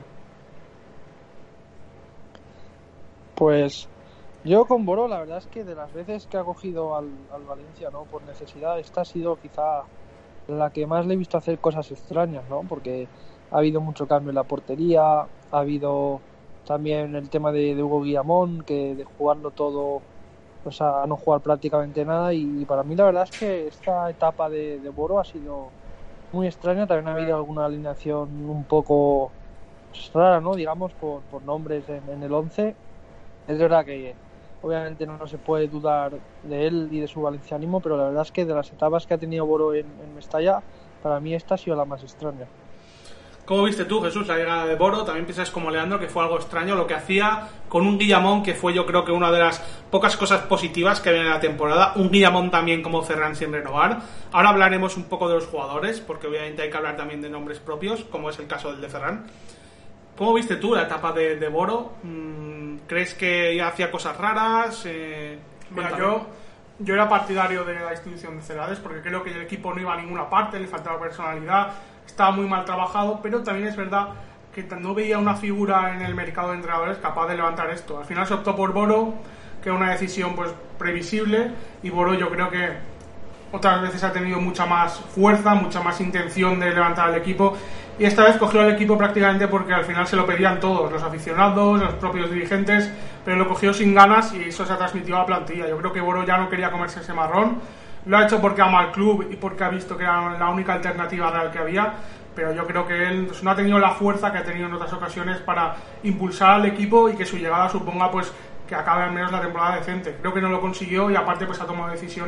S4: Pues yo con Boro, la verdad es que de las veces que ha cogido al Valencia, ¿no? Por necesidad, esta ha sido quizá la que más le he visto hacer cosas extrañas, ¿no? Porque ha habido mucho cambio en la portería, ha habido también el tema de Hugo Guillamón, que de jugarlo todo, pues a no jugar prácticamente nada, y para mí la verdad es que esta etapa de Boro ha sido muy extraña. También ha habido alguna alineación un poco rara, ¿no? Digamos, por nombres en el 11. Es verdad que obviamente no se puede dudar de él y de su valencianismo, pero la verdad es que de las etapas que ha tenido Boro en Mestalla, para mí esta ha sido la más extraña.
S2: ¿Cómo viste tú, Jesús, la llegada de Boro? También piensas como Leandro que fue algo extraño lo que hacía con un Guillamón, que fue yo creo que una de las pocas cosas positivas que había en la temporada. Un Guillamón también como Ferran sin renovar. Ahora hablaremos un poco de los jugadores, porque obviamente hay que hablar también de nombres propios, como es el caso del de Ferran. ¿Cómo viste tú la etapa de Boro? ¿Crees que ya hacía cosas raras?
S3: Mira, yo era partidario de la institución de Celades, porque creo que el equipo no iba a ninguna parte, le faltaba personalidad, estaba muy mal trabajado, pero también es verdad que no veía una figura en el mercado de entrenadores capaz de levantar esto. Al final se optó por Boro, que era una decisión pues previsible, y Boro yo creo que otras veces ha tenido mucha más fuerza, mucha más intención de levantar al equipo, y esta vez cogió al equipo prácticamente porque al final se lo pedían todos, los aficionados, los propios dirigentes, pero lo cogió sin ganas y eso se ha transmitido a la plantilla. Yo creo que Boro ya no quería comerse ese marrón, lo ha hecho porque ama al club y porque ha visto que era la única alternativa real que había, pero yo creo que él no ha tenido la fuerza que ha tenido en otras ocasiones para impulsar al equipo y que su llegada suponga pues que acabe al menos la temporada decente. Creo que no lo consiguió y aparte pues ha tomado decisiones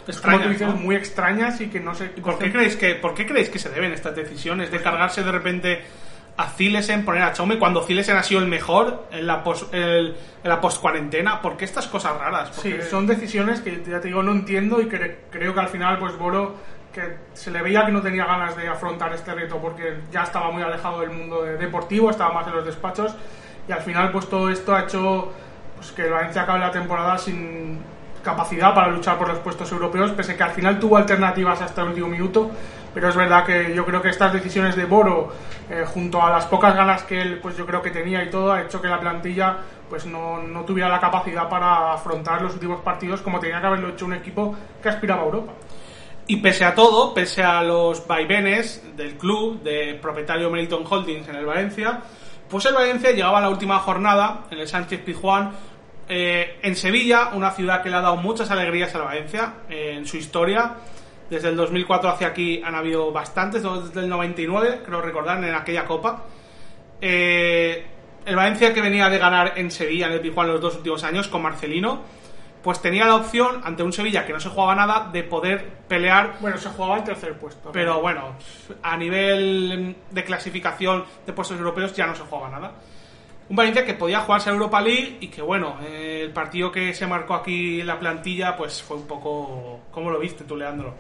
S2: extrañas,
S3: como tú dices,
S2: ¿no?
S3: muy extrañas y que no sé...
S2: ¿Por qué creéis que se deben estas decisiones de cargarse de repente a Zilesen, poner a Chaume cuando Zilesen ha sido el mejor en la post-cuarentena? ¿Por qué estas cosas raras?
S3: Sí, son decisiones que ya te digo no entiendo y creo que al final pues Boro, que se le veía que no tenía ganas de afrontar este reto porque ya estaba muy alejado del mundo deportivo, estaba más en los despachos y al final pues todo esto ha hecho pues que el Valencia acabe la temporada sin capacidad para luchar por los puestos europeos, pese que al final tuvo alternativas hasta el último minuto, pero es verdad que yo creo que estas decisiones de Boro, junto a las pocas ganas que él pues yo creo que tenía y todo, ha hecho que la plantilla pues no tuviera la capacidad para afrontar los últimos partidos como tenía que haberlo hecho un equipo que aspiraba a Europa.
S2: Y pese a todo, pese a los vaivenes del club, de propietario Meriton Holdings en el Valencia, pues el Valencia llegaba a la última jornada en el Sánchez-Pizjuán, en Sevilla, una ciudad que le ha dado muchas alegrías al Valencia en su historia. Desde el 2004 hacia aquí han habido bastantes, desde el 99, creo recordar, en aquella Copa. El Valencia, que venía de ganar en Sevilla, en el Pizjuán, los 2 últimos años con Marcelino, pues tenía la opción, ante un Sevilla que no se jugaba nada, de poder pelear.
S3: Bueno, se jugaba el tercer puesto.
S2: Pero bueno, a nivel de clasificación de puestos europeos ya no se jugaba nada. Un Valencia que podía jugarse a Europa League y que bueno, el partido que se marcó aquí en la plantilla pues fue un poco... ¿Cómo lo viste tú, Leandro?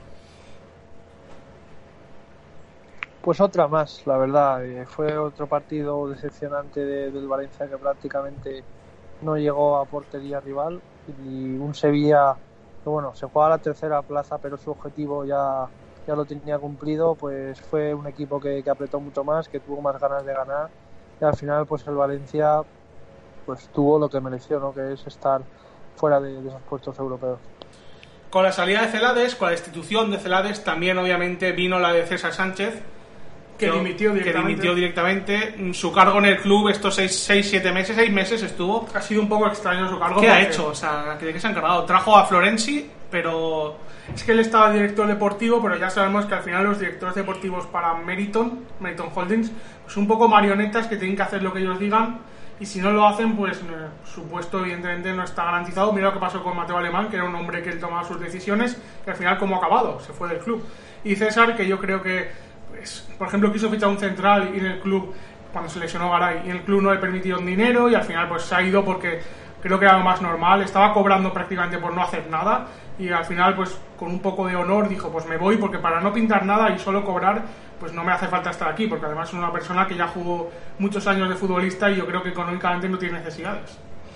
S4: Pues otra más, la verdad. Fue otro partido decepcionante del Valencia que prácticamente no llegó a portería rival y un Sevilla que bueno, se jugaba a la tercera plaza pero su objetivo ya lo tenía cumplido, pues fue un equipo que apretó mucho más, que tuvo más ganas de ganar y al final pues el Valencia pues tuvo lo que mereció, ¿no? Que es estar fuera de esos puestos europeos.
S2: Con la salida de Celades, con la destitución de Celades, también obviamente vino la de César Sánchez,
S3: que dimitió
S2: directamente. Su cargo en el club estos 6 meses estuvo.
S3: Ha sido un poco extraño su cargo.
S2: ¿Qué ha hecho? O sea, ¿de qué se ha encargado? Trajo a Florenzi, pero...
S3: Es que él estaba director deportivo, pero ya sabemos que al final los directores deportivos para Meriton Holdings, pues un poco marionetas que tienen que hacer lo que ellos digan, y si no lo hacen, pues su puesto evidentemente no está garantizado. Mira lo que pasó con Mateo Alemán, que era un hombre que él tomaba sus decisiones, que al final como ha acabado, se fue del club. Y César, que yo creo que, pues, por ejemplo, quiso fichar un central y en el club, cuando se lesionó Garay, y en el club no le permitieron dinero y al final pues se ha ido porque creo que era lo más normal, estaba cobrando prácticamente por no hacer nada y al final pues con un poco de honor dijo pues me voy porque para no pintar nada y solo cobrar pues no me hace falta estar aquí, porque además es una persona que ya jugó muchos años de futbolista y yo creo que económicamente no tiene necesidades.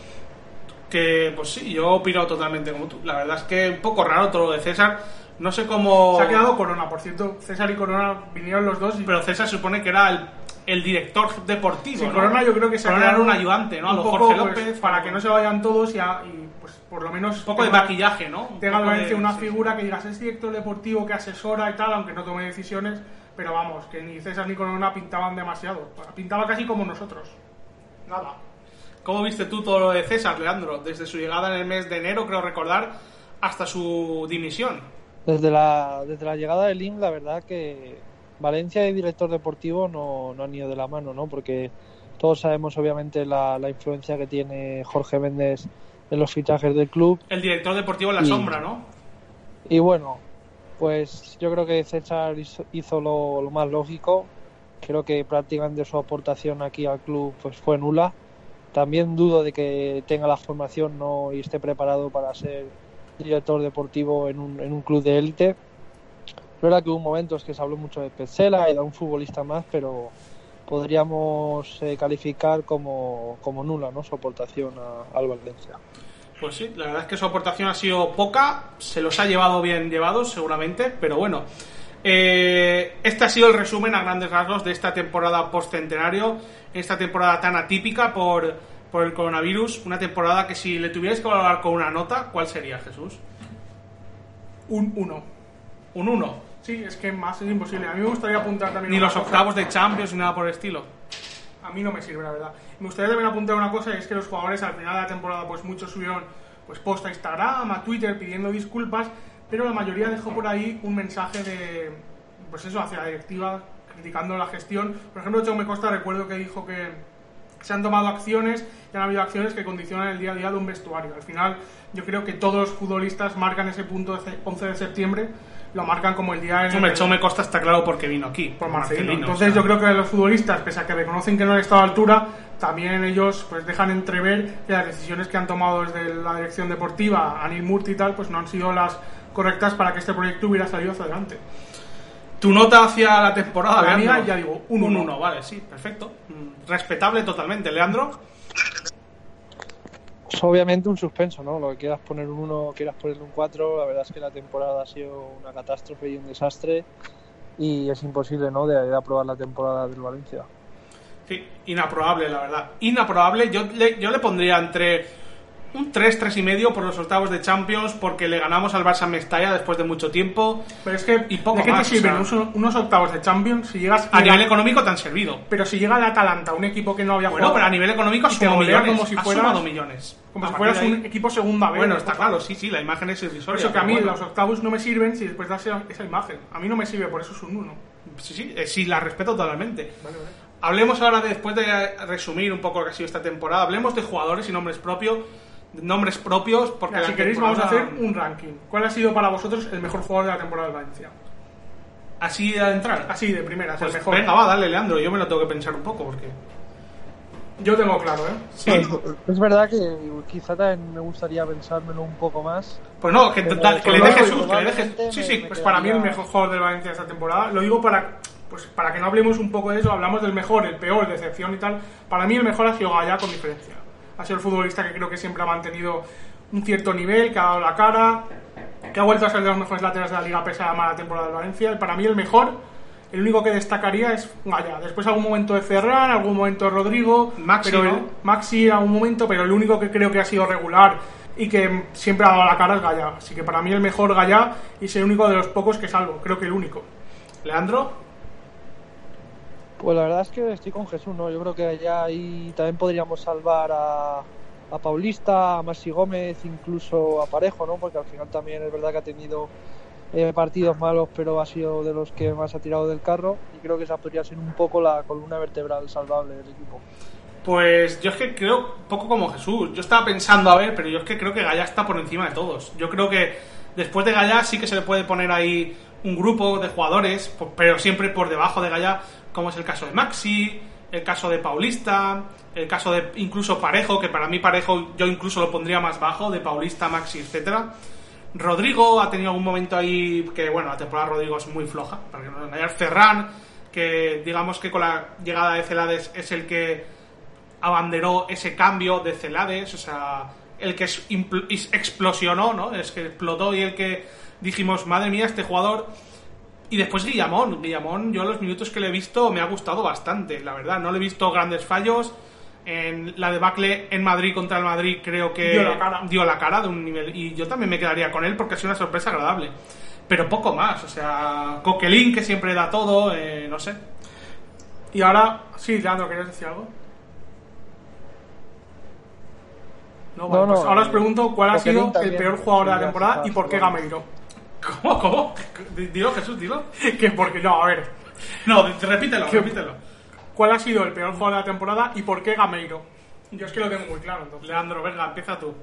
S2: Que pues sí, yo opino totalmente como tú. La verdad es que un poco raro todo lo de César. No sé cómo...
S3: Se ha quedado Corona, por cierto. César y Corona vinieron los dos.
S2: Pero César supone que era el director deportivo,
S3: sí,
S2: ¿no?
S3: Corona yo creo que se
S2: Corona era un ayudante, ¿no? A lo Jorge López.
S3: Pues, para que no se vayan todos y pues por lo menos...
S2: Un poco de maquillaje, ¿no?
S3: Tenga una figura que digas es director deportivo que asesora y tal, aunque no tome decisiones. Pero vamos, que ni César ni Corona pintaban demasiado. Pintaba casi como nosotros. Nada.
S2: ¿Cómo viste tú todo lo de César, Leandro? Desde su llegada en el mes de enero, creo recordar, hasta su dimisión.
S4: Desde la llegada de Lim, la verdad que Valencia y director deportivo no han ido de la mano, ¿no? Porque todos sabemos obviamente la influencia que tiene Jorge Méndez en los fichajes del club.
S2: El director deportivo en la sombra, ¿no?
S4: Y bueno, pues yo creo que César hizo lo más lógico. Creo que prácticamente su aportación aquí al club pues fue nula. También dudo de que tenga la formación, ¿no? Y esté preparado para ser director deportivo en un club de élite. Es verdad que hubo momentos que se habló mucho de Petzela y de un futbolista más, pero podríamos calificar como nula, ¿no? Su aportación al Valencia.
S2: Pues sí, la verdad es que su aportación ha sido poca, se los ha llevado bien llevados seguramente, pero bueno, este ha sido el resumen a grandes rasgos de esta temporada post-centenario, esta temporada tan atípica por el coronavirus, una temporada que si le tuvierais que valorar con una nota, ¿cuál sería, Jesús?
S3: Un 1.
S2: ¿Un 1?
S3: Sí, es que más es imposible. A mí me gustaría apuntar también...
S2: Ni los octavos de Champions ni nada por el estilo.
S3: A mí no me sirve, la verdad. Me gustaría también apuntar una cosa, y es que los jugadores al final de la temporada pues muchos subieron pues post a Instagram, a Twitter pidiendo disculpas, pero la mayoría dejó por ahí un mensaje de pues eso, hacia la directiva, criticando la gestión. Por ejemplo, Jaume Costa recuerdo que dijo que se han tomado acciones y han habido acciones que condicionan el día a día de un vestuario. Al final, yo creo que todos los futbolistas marcan ese punto de 11 de septiembre, lo marcan como el día en el...
S2: Chome Costa está claro porque vino aquí.
S3: Por Marcelino. Entonces yo creo que los futbolistas, pese a que reconocen que no han estado a la altura, también ellos pues dejan entrever que las decisiones que han tomado desde la dirección deportiva, Anil Murti y tal, pues no han sido las correctas para que este proyecto hubiera salido hacia adelante.
S2: Tu nota hacia la temporada,
S3: la
S2: Leandro.
S3: mía, ya digo, un 1.
S2: Vale, sí, perfecto. Respetable totalmente. Leandro.
S4: Pues obviamente un suspenso, ¿no? Lo que quieras poner un 1, quieras poner un 4, la verdad es que la temporada ha sido una catástrofe y un desastre y es imposible, ¿no?, de aprobar la temporada del Valencia.
S2: Sí, inaprobable, la verdad. Inaprobable. Yo le pondría entre un 3,5 por los octavos de Champions, porque le ganamos al Barça en Mestalla después de mucho tiempo.
S3: Pero es que,
S2: y poco
S3: ¿de qué
S2: más,
S3: te sirven
S2: o sea,
S3: unos octavos de Champions si llegas
S2: a nivel económico te han servido?
S3: Pero si llega el Atalanta, un equipo que no había
S2: Bueno,
S3: jugado,
S2: pero a nivel económico
S3: y te golea como si
S2: ha
S3: fueras,
S2: sumado millones.
S3: Como si fueras un equipo segunda vez.
S2: Bueno, está claro, sí, la imagen es irrisoria.
S3: Por eso que a mí
S2: bueno,
S3: los octavos no me sirven si después das esa imagen. A mí no me sirve, por eso es un 1.
S2: Sí, la respeto totalmente.
S3: Vale.
S2: Hablemos ahora, después de resumir un poco lo que ha sido esta temporada, hablemos de jugadores y nombres propios, porque
S3: si queréis vamos a hacer un ranking. ¿Cuál ha sido para vosotros el mejor jugador de la temporada del Valencia?
S2: Así de entrar.
S3: Así de primeras,
S2: Pues
S3: el mejor.
S2: Venga, va, dale, Leandro, yo me lo tengo que pensar un poco, porque...
S3: Yo tengo claro, ¿eh?
S2: Sí.
S4: Es verdad que quizá también me gustaría pensármelo un poco más.
S2: Pues no, que le dé Jesús, que le dé... Sí,
S3: pues para mí el mejor jugador del Valencia esta temporada, lo digo para que no hablemos un poco de eso, hablamos del mejor, el peor, decepción y tal. Para mí el mejor ha sido Gallá, con diferencia. Ha sido el futbolista que creo que siempre ha mantenido un cierto nivel, que ha dado la cara, que ha vuelto a ser de los mejores laterales de la Liga pese a la mala temporada del Valencia. Y para mí el mejor, el único que destacaría es Gallá. Después algún momento de Ferran, algún momento de Rodrigo, Maxi algún momento, pero el único que creo que ha sido regular y que siempre ha dado la cara es Gallá. Así que para mí el mejor Gallá, y es el único de los pocos que salvo, creo que el único.
S2: ¿Leandro?
S4: Pues la verdad es que estoy con Jesús, ¿no? Yo creo que allá ahí también podríamos salvar a Paulista, a Maxi Gómez, incluso a Parejo, ¿no? Porque al final también es verdad que ha tenido partidos malos, pero ha sido de los que más ha tirado del carro, y creo que esa podría ser un poco la columna vertebral salvable del equipo.
S2: Pues yo es que creo, poco como Jesús, yo estaba pensando, pero yo es que creo que Gallá está por encima de todos. Yo creo que después de Gallá sí que se le puede poner ahí un grupo de jugadores, pero siempre por debajo de Gallá, como es el caso de Maxi, el caso de Paulista, el caso de incluso Parejo, que para mí Parejo yo incluso lo pondría más bajo, de Paulista, Maxi, etcétera. Rodrigo ha tenido algún momento ahí que, bueno, la temporada de Rodrigo es muy floja, para que no nos engañar. Ferran, que digamos que con la llegada de Celades es el que abanderó ese cambio de Celades, o sea, el que explosionó, ¿no? Es que explotó, y el que dijimos, madre mía, este jugador. Y después Guillamón, yo los minutos que le he visto me ha gustado bastante, la verdad. No le he visto grandes fallos. En la debacle en Madrid contra el Madrid creo que dio la cara de un nivel, y yo también me quedaría con él porque ha sido una sorpresa agradable. Pero poco más, o sea, Coquelin, que siempre da todo, no sé.
S3: Y ahora, sí, Leandro, ¿querías decir algo? No, vale, pues ahora os pregunto cuál ha sido el peor jugador de la temporada y por qué Gameiro.
S2: ¿Cómo? Dilo, Jesús, dilo.
S3: Que porque no, a ver.
S2: No, repítelo.
S3: ¿Cuál ha sido el peor jugador de la temporada y por qué Gameiro? Yo es que lo tengo muy claro, entonces.
S2: Leandro, venga, empieza tú.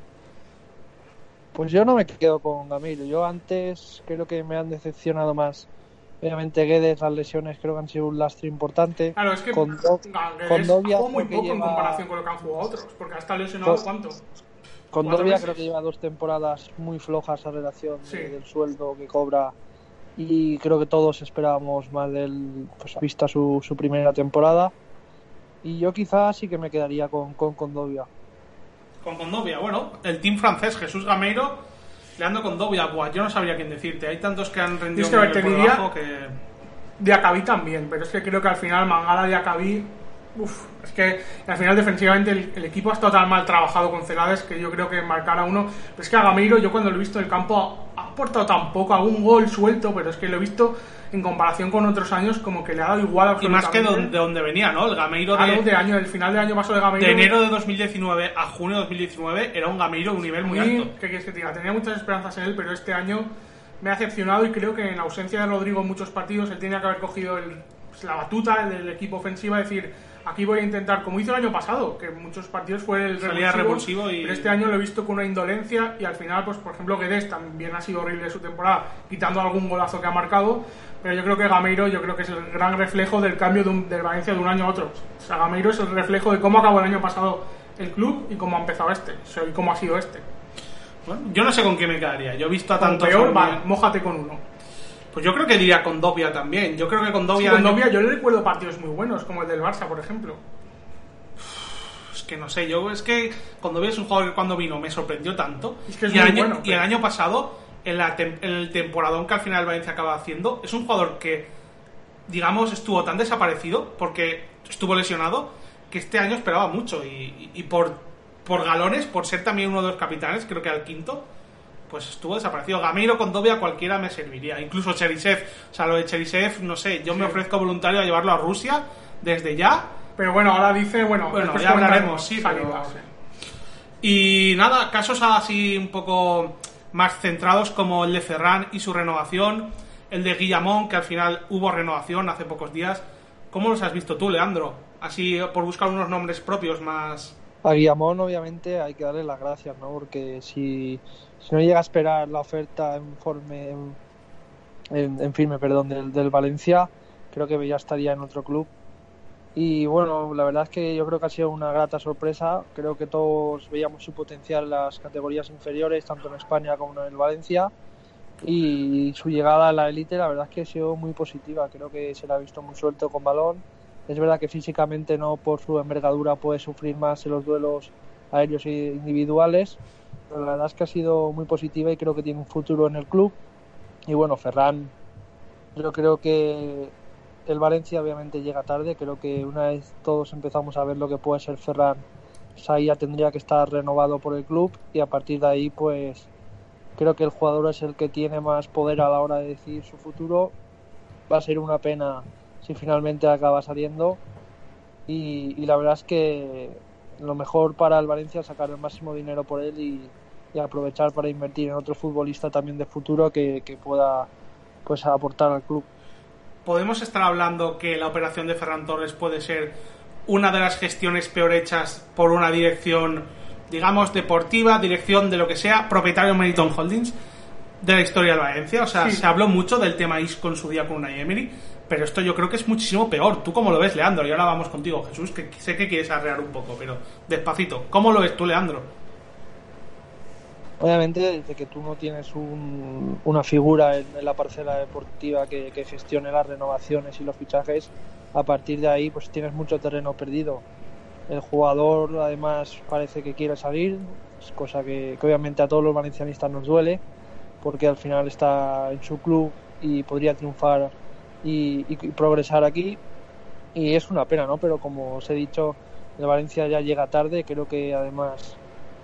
S4: Pues yo no me quedo con Gameiro. Yo antes creo que me han decepcionado más. Obviamente Guedes, las lesiones creo que han sido un lastre importante.
S3: Claro, es que
S4: con
S3: Guedes jugó muy poco en comparación con lo que han jugado otros, porque ha estado lesionado ¿cuánto?
S4: Condovia creo que lleva 2 temporadas muy flojas a relación del sueldo que cobra, y creo que todos esperábamos más de él, pues vista su primera temporada, y yo quizás sí que me quedaría con Condovia.
S2: Con Condovia, bueno, el team francés, Jesús Gameiro, Leandro Condovia, yo no sabría quién decirte, hay tantos que han rendido
S3: por
S2: debajo que...
S3: Diacabí también, pero es que creo que al final Mangala, Diacabí, es que al final defensivamente el equipo ha estado tan mal trabajado con Celades que yo creo que marcar a uno. Pero es que a Gameiro, yo cuando lo he visto en el campo ha aportado tan poco, algún gol suelto, pero es que lo he visto en comparación con otros años como que le ha dado igual absolutamente.
S2: Y más que de donde venía, ¿no? El Gameiro
S3: el final de año pasó de Gameiro.
S2: De enero de 2019 a junio de 2019 era un Gameiro de un nivel muy alto.
S3: ¿Qué quieres que te diga? Tenía muchas esperanzas en él, pero este año me ha decepcionado, y creo que en ausencia de Rodrigo en muchos partidos él tenía que haber cogido la batuta del equipo ofensivo, es decir, aquí voy a intentar, como hizo el año pasado, que muchos partidos fue el
S2: salía revulsivo
S3: pero este año lo he visto con una indolencia y al final, pues por ejemplo, Guedes también ha sido horrible su temporada, quitando algún golazo que ha marcado, pero yo creo que Gameiro es el gran reflejo del cambio del Valencia de un año a otro. O sea, Gameiro es el reflejo de cómo acabó el año pasado el club y cómo ha empezado y cómo ha sido este.
S2: Bueno, yo no sé con qué me quedaría. Yo he visto a tantos...
S3: Peor, vale, mójate con uno.
S2: Pues yo creo que diría con Condovia también. Yo creo que Condovia...
S3: Sí, Condovia yo le recuerdo partidos muy buenos, como el del Barça, por ejemplo.
S2: Es que no sé, es que Condovia es un jugador que cuando vino me sorprendió tanto.
S3: Es que es muy bueno.
S2: Y el año pasado, en el temporadón que al final Valencia acaba haciendo, es un jugador que, digamos, estuvo tan desaparecido porque estuvo lesionado, que este año esperaba mucho. Y por galones, por ser también uno de los capitanes, creo que al quinto, pues estuvo desaparecido. Gameiro, Condovia, cualquiera me serviría. Incluso Cherisev. O sea, lo de Cherisev, no sé, yo me ofrezco voluntario a llevarlo a Rusia desde ya.
S3: Pero bueno, ahora dice, bueno
S2: ya hablaremos, sí, pero... Y nada, casos así un poco más centrados como el de Ferran y su renovación, el de Guillamón, que al final hubo renovación hace pocos días. ¿Cómo los has visto tú, Leandro? Así, por buscar unos nombres propios más...
S4: A Guillamón, obviamente, hay que darle las gracias, ¿no? Porque si no llega a esperar la oferta en firme del Valencia, creo que ya estaría en otro club. Y bueno, la verdad es que yo creo que ha sido una grata sorpresa. Creo que todos veíamos su potencial en las categorías inferiores, tanto en España como en el Valencia. Y su llegada a la élite, la verdad es que ha sido muy positiva. Creo que se la ha visto muy suelto con balón. Es verdad que físicamente, no por su envergadura, puede sufrir más en los duelos aéreos e individuales. Pero la verdad es que ha sido muy positiva y creo que tiene un futuro en el club. Y bueno, Ferran, yo creo que el Valencia obviamente llega tarde. Creo que una vez todos empezamos a ver lo que puede ser Ferran, pues ahí ya tendría que estar renovado por el club, y a partir de ahí pues creo que el jugador es el que tiene más poder a la hora de decidir su futuro. Va a ser una pena si finalmente acaba saliendo, y la verdad es que lo mejor para el Valencia es sacar el máximo dinero por él y aprovechar para invertir en otro futbolista también de futuro que pueda pues aportar al club.
S2: ¿Podemos estar hablando que la operación de Ferran Torres puede ser una de las gestiones peor hechas por una dirección, digamos, deportiva, dirección de lo que sea, propietario Meriton Holdings, de la historia del Valencia? O sea, sí. Se habló mucho del tema Isco en su día con Unai Emery, pero esto yo creo que es muchísimo peor. ¿Tú cómo lo ves, Leandro? Y ahora vamos contigo, Jesús, que sé que quieres arrear un poco, pero despacito. ¿Cómo lo ves tú, Leandro?
S4: Obviamente, desde que tú no tienes una figura en la parcela deportiva que gestione las renovaciones y los fichajes, a partir de ahí pues tienes mucho terreno perdido. El jugador además parece que quiere salir, cosa que obviamente a todos los valencianistas nos duele, porque al final está en su club y podría triunfar y progresar aquí, y es una pena, ¿no? Pero como os he dicho, el Valencia ya llega tarde. Creo que además,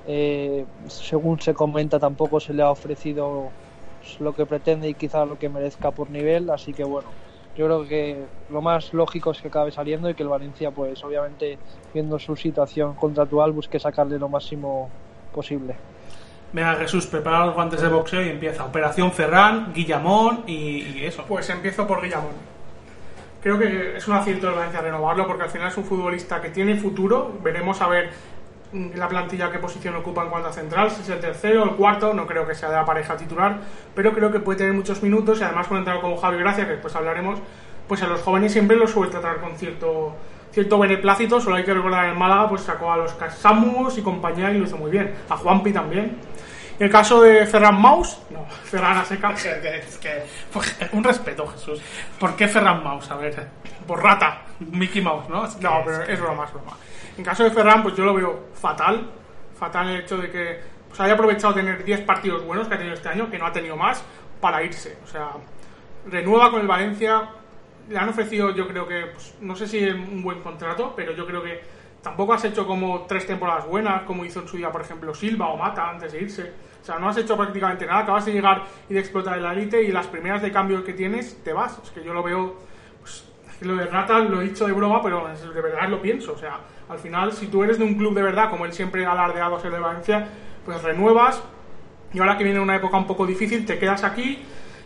S4: según se comenta, tampoco se le ha ofrecido lo que pretende y quizá lo que merezca por nivel, así que bueno, yo creo que lo más lógico es que acabe saliendo y que el Valencia, pues obviamente viendo su situación contractual, busque sacarle lo máximo posible.
S2: Venga, Jesús, prepara los guantes de boxeo y empieza. Operación Ferran, Guillamón y eso.
S3: Pues empiezo por Guillamón. Creo que es un acierto del Valencia renovarlo, porque al final es un futbolista que tiene futuro. Veremos a ver la plantilla qué posición ocupa en cuanto a central, si es el tercero o el cuarto. No creo que sea de la pareja titular, pero creo que puede tener muchos minutos, y además con entrar como Javi Gracia, que después hablaremos, pues a los jóvenes siempre los suele tratar con cierto beneplácito. Solo hay que recordar en Málaga, pues sacó a los Casamus y compañía y lo hizo muy bien. A Juanpi también. En el caso de Ferran Maus, no, Ferran a seca.
S2: Es que un respeto, Jesús. ¿Por qué Ferran Maus? A ver, por rata, Mickey Mouse, ¿no?
S3: No, pero es broma. En caso de Ferran, pues yo lo veo fatal el hecho de que pues haya aprovechado tener 10 partidos buenos que ha tenido este año, que no ha tenido más, para irse. O sea, renueva con el Valencia. Le han ofrecido, yo creo que, pues, no sé si un buen contrato, pero yo creo que tampoco has hecho como 3 temporadas buenas, como hizo en su día, por ejemplo, Silva o Mata antes de irse. O sea, no has hecho prácticamente nada. Acabas de llegar y de explotar en la élite, y las primeras de cambio que tienes, te vas. Es que yo lo veo, pues, lo de Rata lo he dicho de broma, pero de verdad lo pienso. O sea, al final, si tú eres de un club de verdad, como él siempre ha alardeado a ser de Valencia, pues renuevas, y ahora que viene una época un poco difícil, te quedas aquí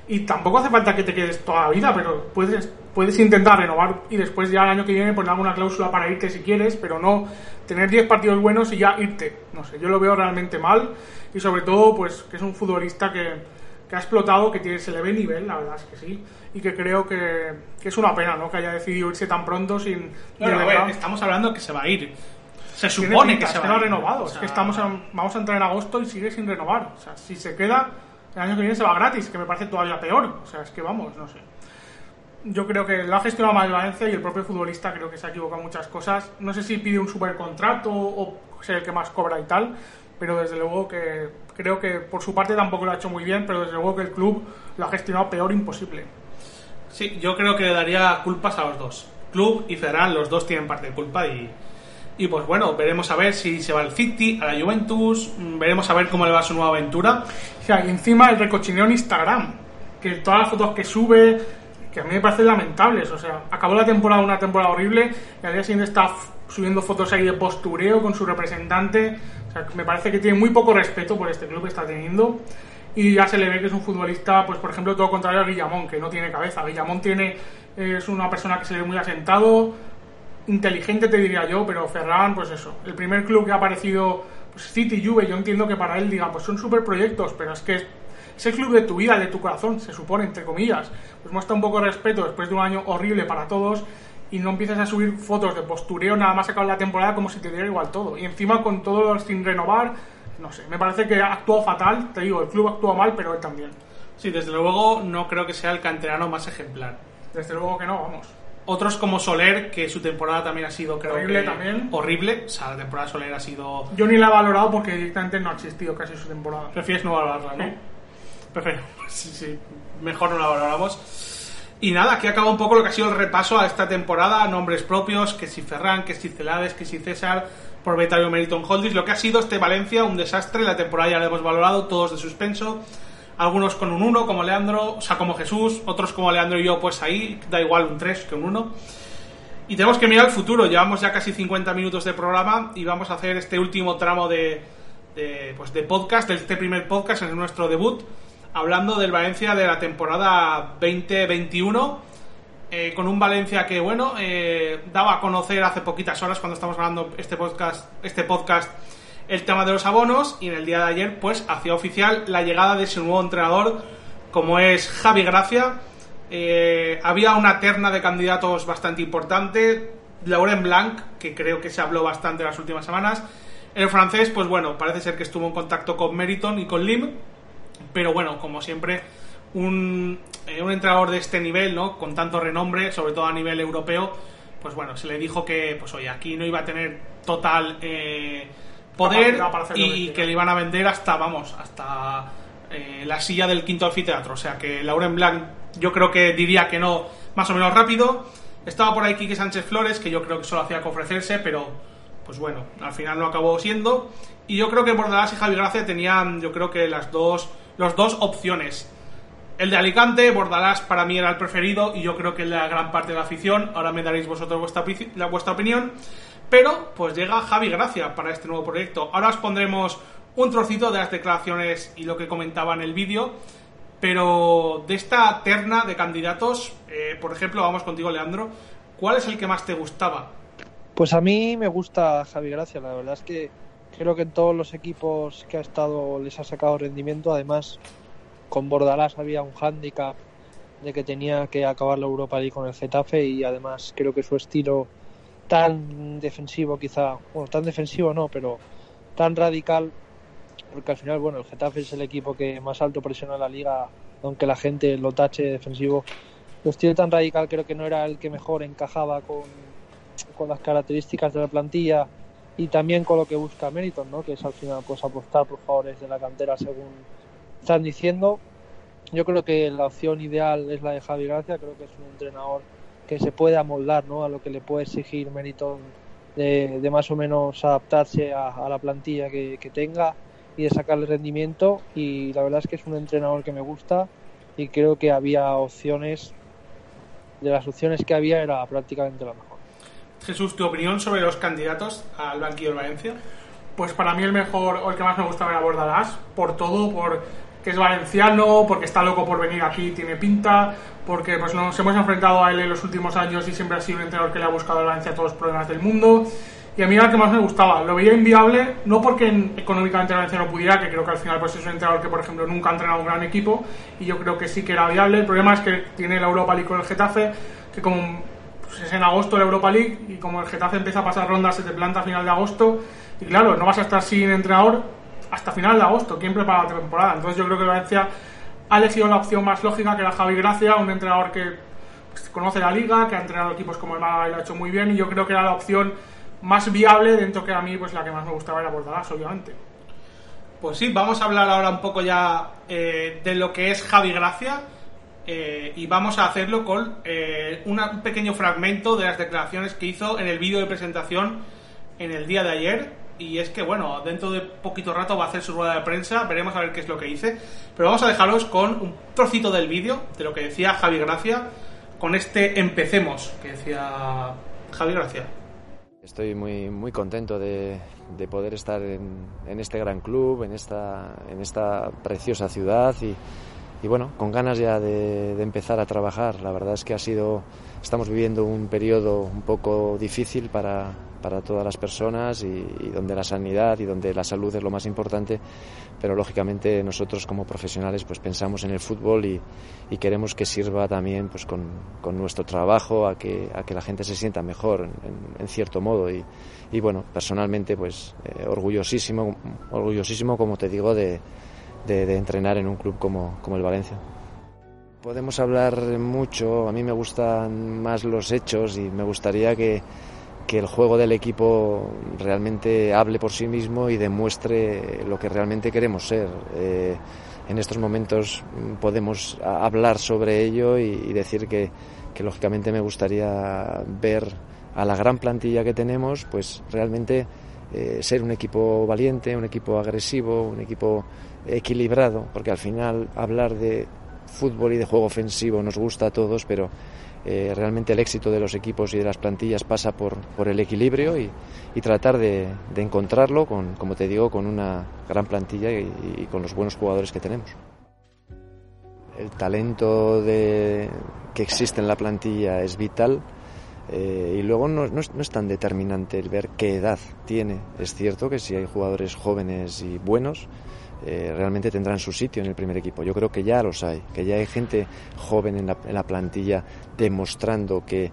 S3: y tampoco hace falta que te quedes toda la vida, pero puedes intentar renovar y después ya el año que viene poner alguna cláusula para irte si quieres, pero no tener 10 partidos buenos y ya irte. No sé, yo lo veo realmente mal, y sobre todo pues que es un futbolista que ha explotado, que se le ve nivel, la verdad es que sí, y que creo que es una pena, ¿no?, que haya decidido irse tan pronto sin...
S2: Bueno, a ver, estamos hablando que se va a ir. Se supone que se va a ir.
S3: No ha renovado, o sea, es que vamos a entrar en agosto y sigue sin renovar. O sea, si se queda, el año que viene se va gratis, que me parece todavía peor. O sea, es que vamos, no sé. Yo creo que lo ha gestionado mal el Valencia, y el propio futbolista creo que se ha equivocado en muchas cosas. No sé si pide un supercontrato o ser el que más cobra y tal, pero desde luego que creo que por su parte tampoco lo ha hecho muy bien, pero desde luego que el club lo ha gestionado peor imposible.
S2: Sí, yo creo que le daría culpas a los dos. Club y Ferran, los dos tienen parte de culpa, y pues bueno, veremos a ver si se va al City, a la Juventus, veremos a ver cómo le va su nueva aventura.
S3: O sea, y encima el recochineo en Instagram, que todas las fotos que sube, que a mí me parecen lamentables. O sea, acabó la temporada, una temporada horrible, y al día siguiente está subiendo fotos ahí de postureo con su representante. O sea, me parece que tiene muy poco respeto por este club que está teniendo, y ya se le ve que es un futbolista, pues por ejemplo, todo contrario a Guillamón, que no tiene cabeza. Guillamón es una persona que se ve muy asentado, inteligente te diría yo, pero Ferran, pues eso, el primer club que ha aparecido, pues City y Juve, yo entiendo que para él diga, pues son súper proyectos, pero es que es el club de tu vida, de tu corazón, se supone, entre comillas. Pues muestra un poco de respeto después de un año horrible para todos, y no empiezas a subir fotos de postureo nada más acabar la temporada como si te diera igual todo, y encima con todo sin renovar. No sé, me parece que ha actuado fatal, te digo, el club actúa mal, pero él también.
S2: Sí, desde luego no creo que sea el canterano más ejemplar.
S3: Desde luego que no, vamos.
S2: Otros como Soler, que su temporada también ha sido, creo
S3: horrible
S2: que...
S3: también.
S2: Horrible, o sea, la temporada de Soler ha sido...
S3: Yo ni la he valorado porque directamente no ha existido casi su temporada.
S2: Prefieres no valorarla, ¿no?
S3: Sí.
S2: Prefiero, sí, mejor no la valoramos. Y nada, aquí acaba un poco lo que ha sido el repaso a esta temporada, nombres propios, que si Ferran, que si Celades, que si César, por Betario Meriton Holdis, lo que ha sido este Valencia, un desastre. La temporada ya la hemos valorado, todos de suspenso, algunos con un 1 como Leandro, o sea, como Jesús, otros como Leandro y yo, pues ahí da igual un 3 que un 1. Y tenemos que mirar al futuro. Llevamos ya casi 50 minutos de programa y vamos a hacer este último tramo de podcast, de este primer podcast, en nuestro debut, hablando del Valencia de la temporada 2021, con un Valencia que, bueno, daba a conocer hace poquitas horas, cuando estamos grabando este podcast, el tema de los abonos, y en el día de ayer pues hacía oficial la llegada de su nuevo entrenador, como es Javi Gracia. Había una terna de candidatos bastante importante. Laurent Blanc, que creo que se habló bastante en las últimas semanas. El francés, pues bueno, parece ser que estuvo en contacto con Meriton y con Lim, pero bueno, como siempre, un entrenador de este nivel, ¿no?, con tanto renombre, sobre todo a nivel europeo, pues bueno, se le dijo que, pues oye, aquí no iba a tener total poder, y que le iban a vender hasta la silla del quinto anfiteatro. O sea que Laurent Blanc, yo creo que diría que no más o menos rápido. Estaba por ahí Quique Sánchez Flores, que yo creo que solo hacía que ofrecerse, pero pues bueno, al final no acabó siendo. Y yo creo que Bordalás y Javi Gracia tenían, yo creo que las dos opciones. El de Alicante, Bordalás para mí era el preferido, y yo creo que el de la gran parte de la afición. Ahora me daréis vosotros vuestra opinión. Pero pues llega Javi Gracia para este nuevo proyecto. Ahora os pondremos un trocito de las declaraciones y lo que comentaba en el vídeo. Pero de esta terna de candidatos, por ejemplo, vamos contigo, Leandro, ¿cuál es el que más te gustaba?
S4: Pues a mí me gusta Javi Gracia. La verdad es que creo que en todos los equipos que ha estado les ha sacado rendimiento. Además, con Bordalás había un hándicap de que tenía que acabar la Europa League con el Getafe, y además creo que su estilo tan defensivo, quizá, bueno, tan defensivo no, pero tan radical, porque al final, bueno, el Getafe es el equipo que más alto presiona la liga, aunque la gente lo tache defensivo. Su estilo tan radical creo que no era el que mejor encajaba con las características de la plantilla, y también con lo que busca Meriton, ¿no?, que es al final pues apostar por jugadores de la cantera, según están diciendo. Yo creo que la opción ideal es la de Javi Gracia. Creo que es un entrenador que se puede amoldar, ¿no?, a lo que le puede exigir Meriton, de más o menos adaptarse a la plantilla que tenga y de sacarle rendimiento. Y la verdad es que es un entrenador que me gusta, y creo que había opciones, de las opciones que había era prácticamente la mejor.
S2: Jesús, ¿tu opinión sobre los candidatos al banquillo de Valencia?
S3: Pues para mí el mejor, o el que más me gustaba, era Bordalás, por todo, por que es valenciano, porque está loco por venir aquí, tiene pinta, porque pues nos hemos enfrentado a él en los últimos años y siempre ha sido un entrenador que le ha buscado al Valencia todos los problemas del mundo. Y a mí era el que más me gustaba. Lo veía inviable, no porque económicamente el Valencia no pudiera, que creo que al final pues es un entrenador que, por ejemplo, nunca ha entrenado un gran equipo, y yo creo que sí que era viable. El problema es que tiene la Europa League con el Getafe, que como pues es en agosto la Europa League, y como el Getafe empieza a pasar rondas, se te planta a final de agosto, y claro, no vas a estar sin entrenador hasta final de agosto. ¿Quién prepara la temporada? Entonces yo creo que el Valencia ha elegido la opción más lógica, que era Javi Gracia, un entrenador que pues, conoce la liga, que ha entrenado equipos como el Málaga y lo ha hecho muy bien, y yo creo que era la opción más viable, dentro que a mí pues la que más me gustaba era Bordalás, obviamente.
S2: Pues sí, vamos a hablar ahora un poco ya de lo que es Javi Gracia, y vamos a hacerlo con un pequeño fragmento de las declaraciones que hizo en el vídeo de presentación en el día de ayer. Y es que, bueno, dentro de poquito rato va a hacer su rueda de prensa, veremos a ver qué es lo que dice, pero vamos a dejaros con un trocito del vídeo de lo que decía Javi Gracia, con este empecemos que decía Javi Gracia.
S5: Estoy muy contento de poder estar en este gran club, en esta preciosa ciudad y bueno, con ganas ya de empezar a trabajar. La verdad es que estamos viviendo un periodo un poco difícil para todas las personas y donde la sanidad y donde la salud es lo más importante, pero lógicamente nosotros como profesionales pues pensamos en el fútbol y queremos que sirva también pues con nuestro trabajo a que la gente se sienta mejor en cierto modo y bueno, personalmente pues orgullosísimo como te digo de entrenar en un club como el Valencia. Podemos hablar mucho, a mí me gustan más los hechos y me gustaría que el juego del equipo realmente hable por sí mismo y demuestre lo que realmente queremos ser. En estos momentos podemos hablar sobre ello y decir que lógicamente me gustaría ver a la gran plantilla que tenemos, pues realmente ser un equipo valiente, un equipo agresivo, un equipo equilibrado, porque al final hablar de fútbol y de juego ofensivo nos gusta a todos, pero realmente el éxito de los equipos y de las plantillas pasa por el equilibrio y tratar de encontrarlo como te digo, con una gran plantilla y con los buenos jugadores que tenemos. El talento que existe en la plantilla es vital y luego no es tan determinante el ver qué edad tiene. Es cierto que si hay jugadores jóvenes y buenos, realmente tendrán su sitio en el primer equipo. Yo creo que ya los hay, que ya hay gente joven en la plantilla demostrando que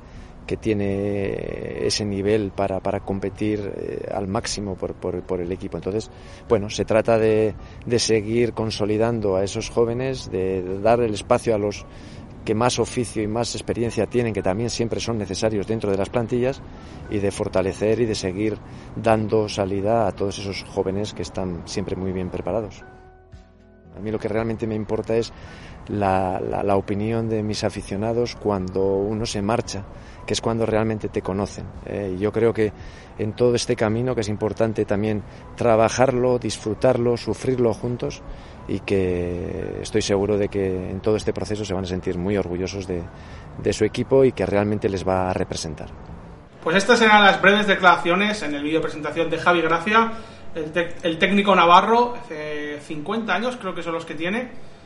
S5: tiene ese nivel para competir al máximo por el equipo. Entonces, bueno, se trata de seguir consolidando a esos jóvenes, de dar el espacio a los que más oficio y más experiencia tienen, que también siempre son necesarios dentro de las plantillas, y de fortalecer y de seguir dando salida a todos esos jóvenes que están siempre muy bien preparados. A mí lo que realmente me importa es la opinión de mis aficionados cuando uno se marcha, que es cuando realmente te conocen. Yo creo que en todo este camino, que es importante también trabajarlo, disfrutarlo, sufrirlo juntos, y que estoy seguro de que en todo este proceso se van a sentir muy orgullosos de su equipo y que realmente les va a representar.
S2: Pues estas eran las breves declaraciones en el vídeo de presentación de Javi Gracia, el técnico navarro, hace 50 años creo que son los que tiene,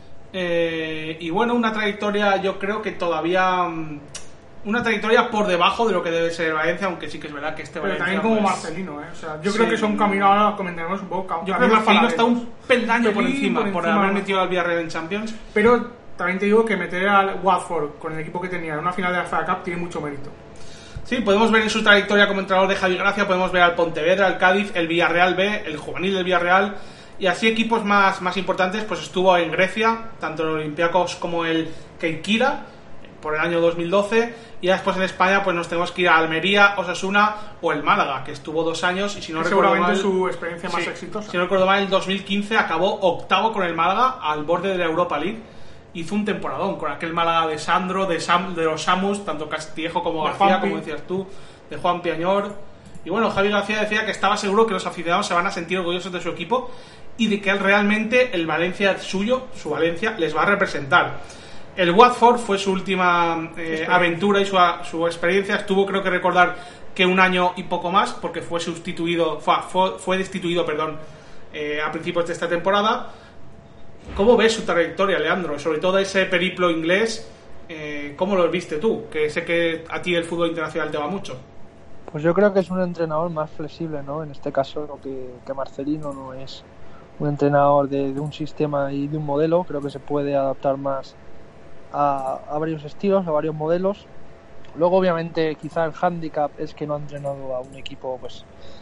S2: y bueno, una trayectoria yo creo que todavía... Una trayectoria por debajo de lo que debe ser Valencia, aunque sí que es verdad que este
S3: pero
S2: Valencia...
S3: Pero también como
S2: pues,
S3: Marcelino, O sea, yo creo que son camino, ahora comentaremos un poco.
S2: Yo creo que Marcelino está un peldaño por encima por haber metido al Villarreal en Champions.
S3: Pero también te digo que meter al Watford con el equipo que tenía en una final de la FA Cup tiene mucho mérito.
S2: Sí, podemos ver en su trayectoria como entrenador de Javi Gracia, podemos ver al Pontevedra, al Cádiz, el Villarreal B, el juvenil del Villarreal, y así equipos más importantes, pues estuvo en Grecia, tanto el Olympiacos como el Keikira, por el año 2012, y después en España pues nos tenemos que ir a Almería, Osasuna o el Málaga, que estuvo 2 años, y si no recuerdo mal,
S3: su experiencia más exitosa.
S2: Si no recuerdo mal, en el 2015 acabó octavo con el Málaga al borde de la Europa League. Hizo un temporadón con aquel Málaga de Sandro, de los Samus, tanto Castillejo como García, como decías tú, de Juan Piañor. Y bueno, Javi García decía que estaba seguro que los aficionados se van a sentir orgullosos de su equipo y de que él realmente, el Valencia suyo, su Valencia, les va a representar. El Watford fue su última aventura y su experiencia. Estuvo, creo que recordar, que 1 año y poco más, porque fue destituido a principios de esta temporada. ¿Cómo ves su trayectoria, Leandro? Sobre todo ese periplo inglés, ¿cómo lo viste tú? Que sé que a ti el fútbol internacional te va mucho.
S4: Pues yo creo que es un entrenador más flexible, ¿no? En este caso que Marcelino no es un entrenador de un sistema y de un modelo. Creo que se puede adaptar más a varios estilos, a varios modelos. Luego, obviamente, quizá el hándicap es que no ha entrenado a un equipo pues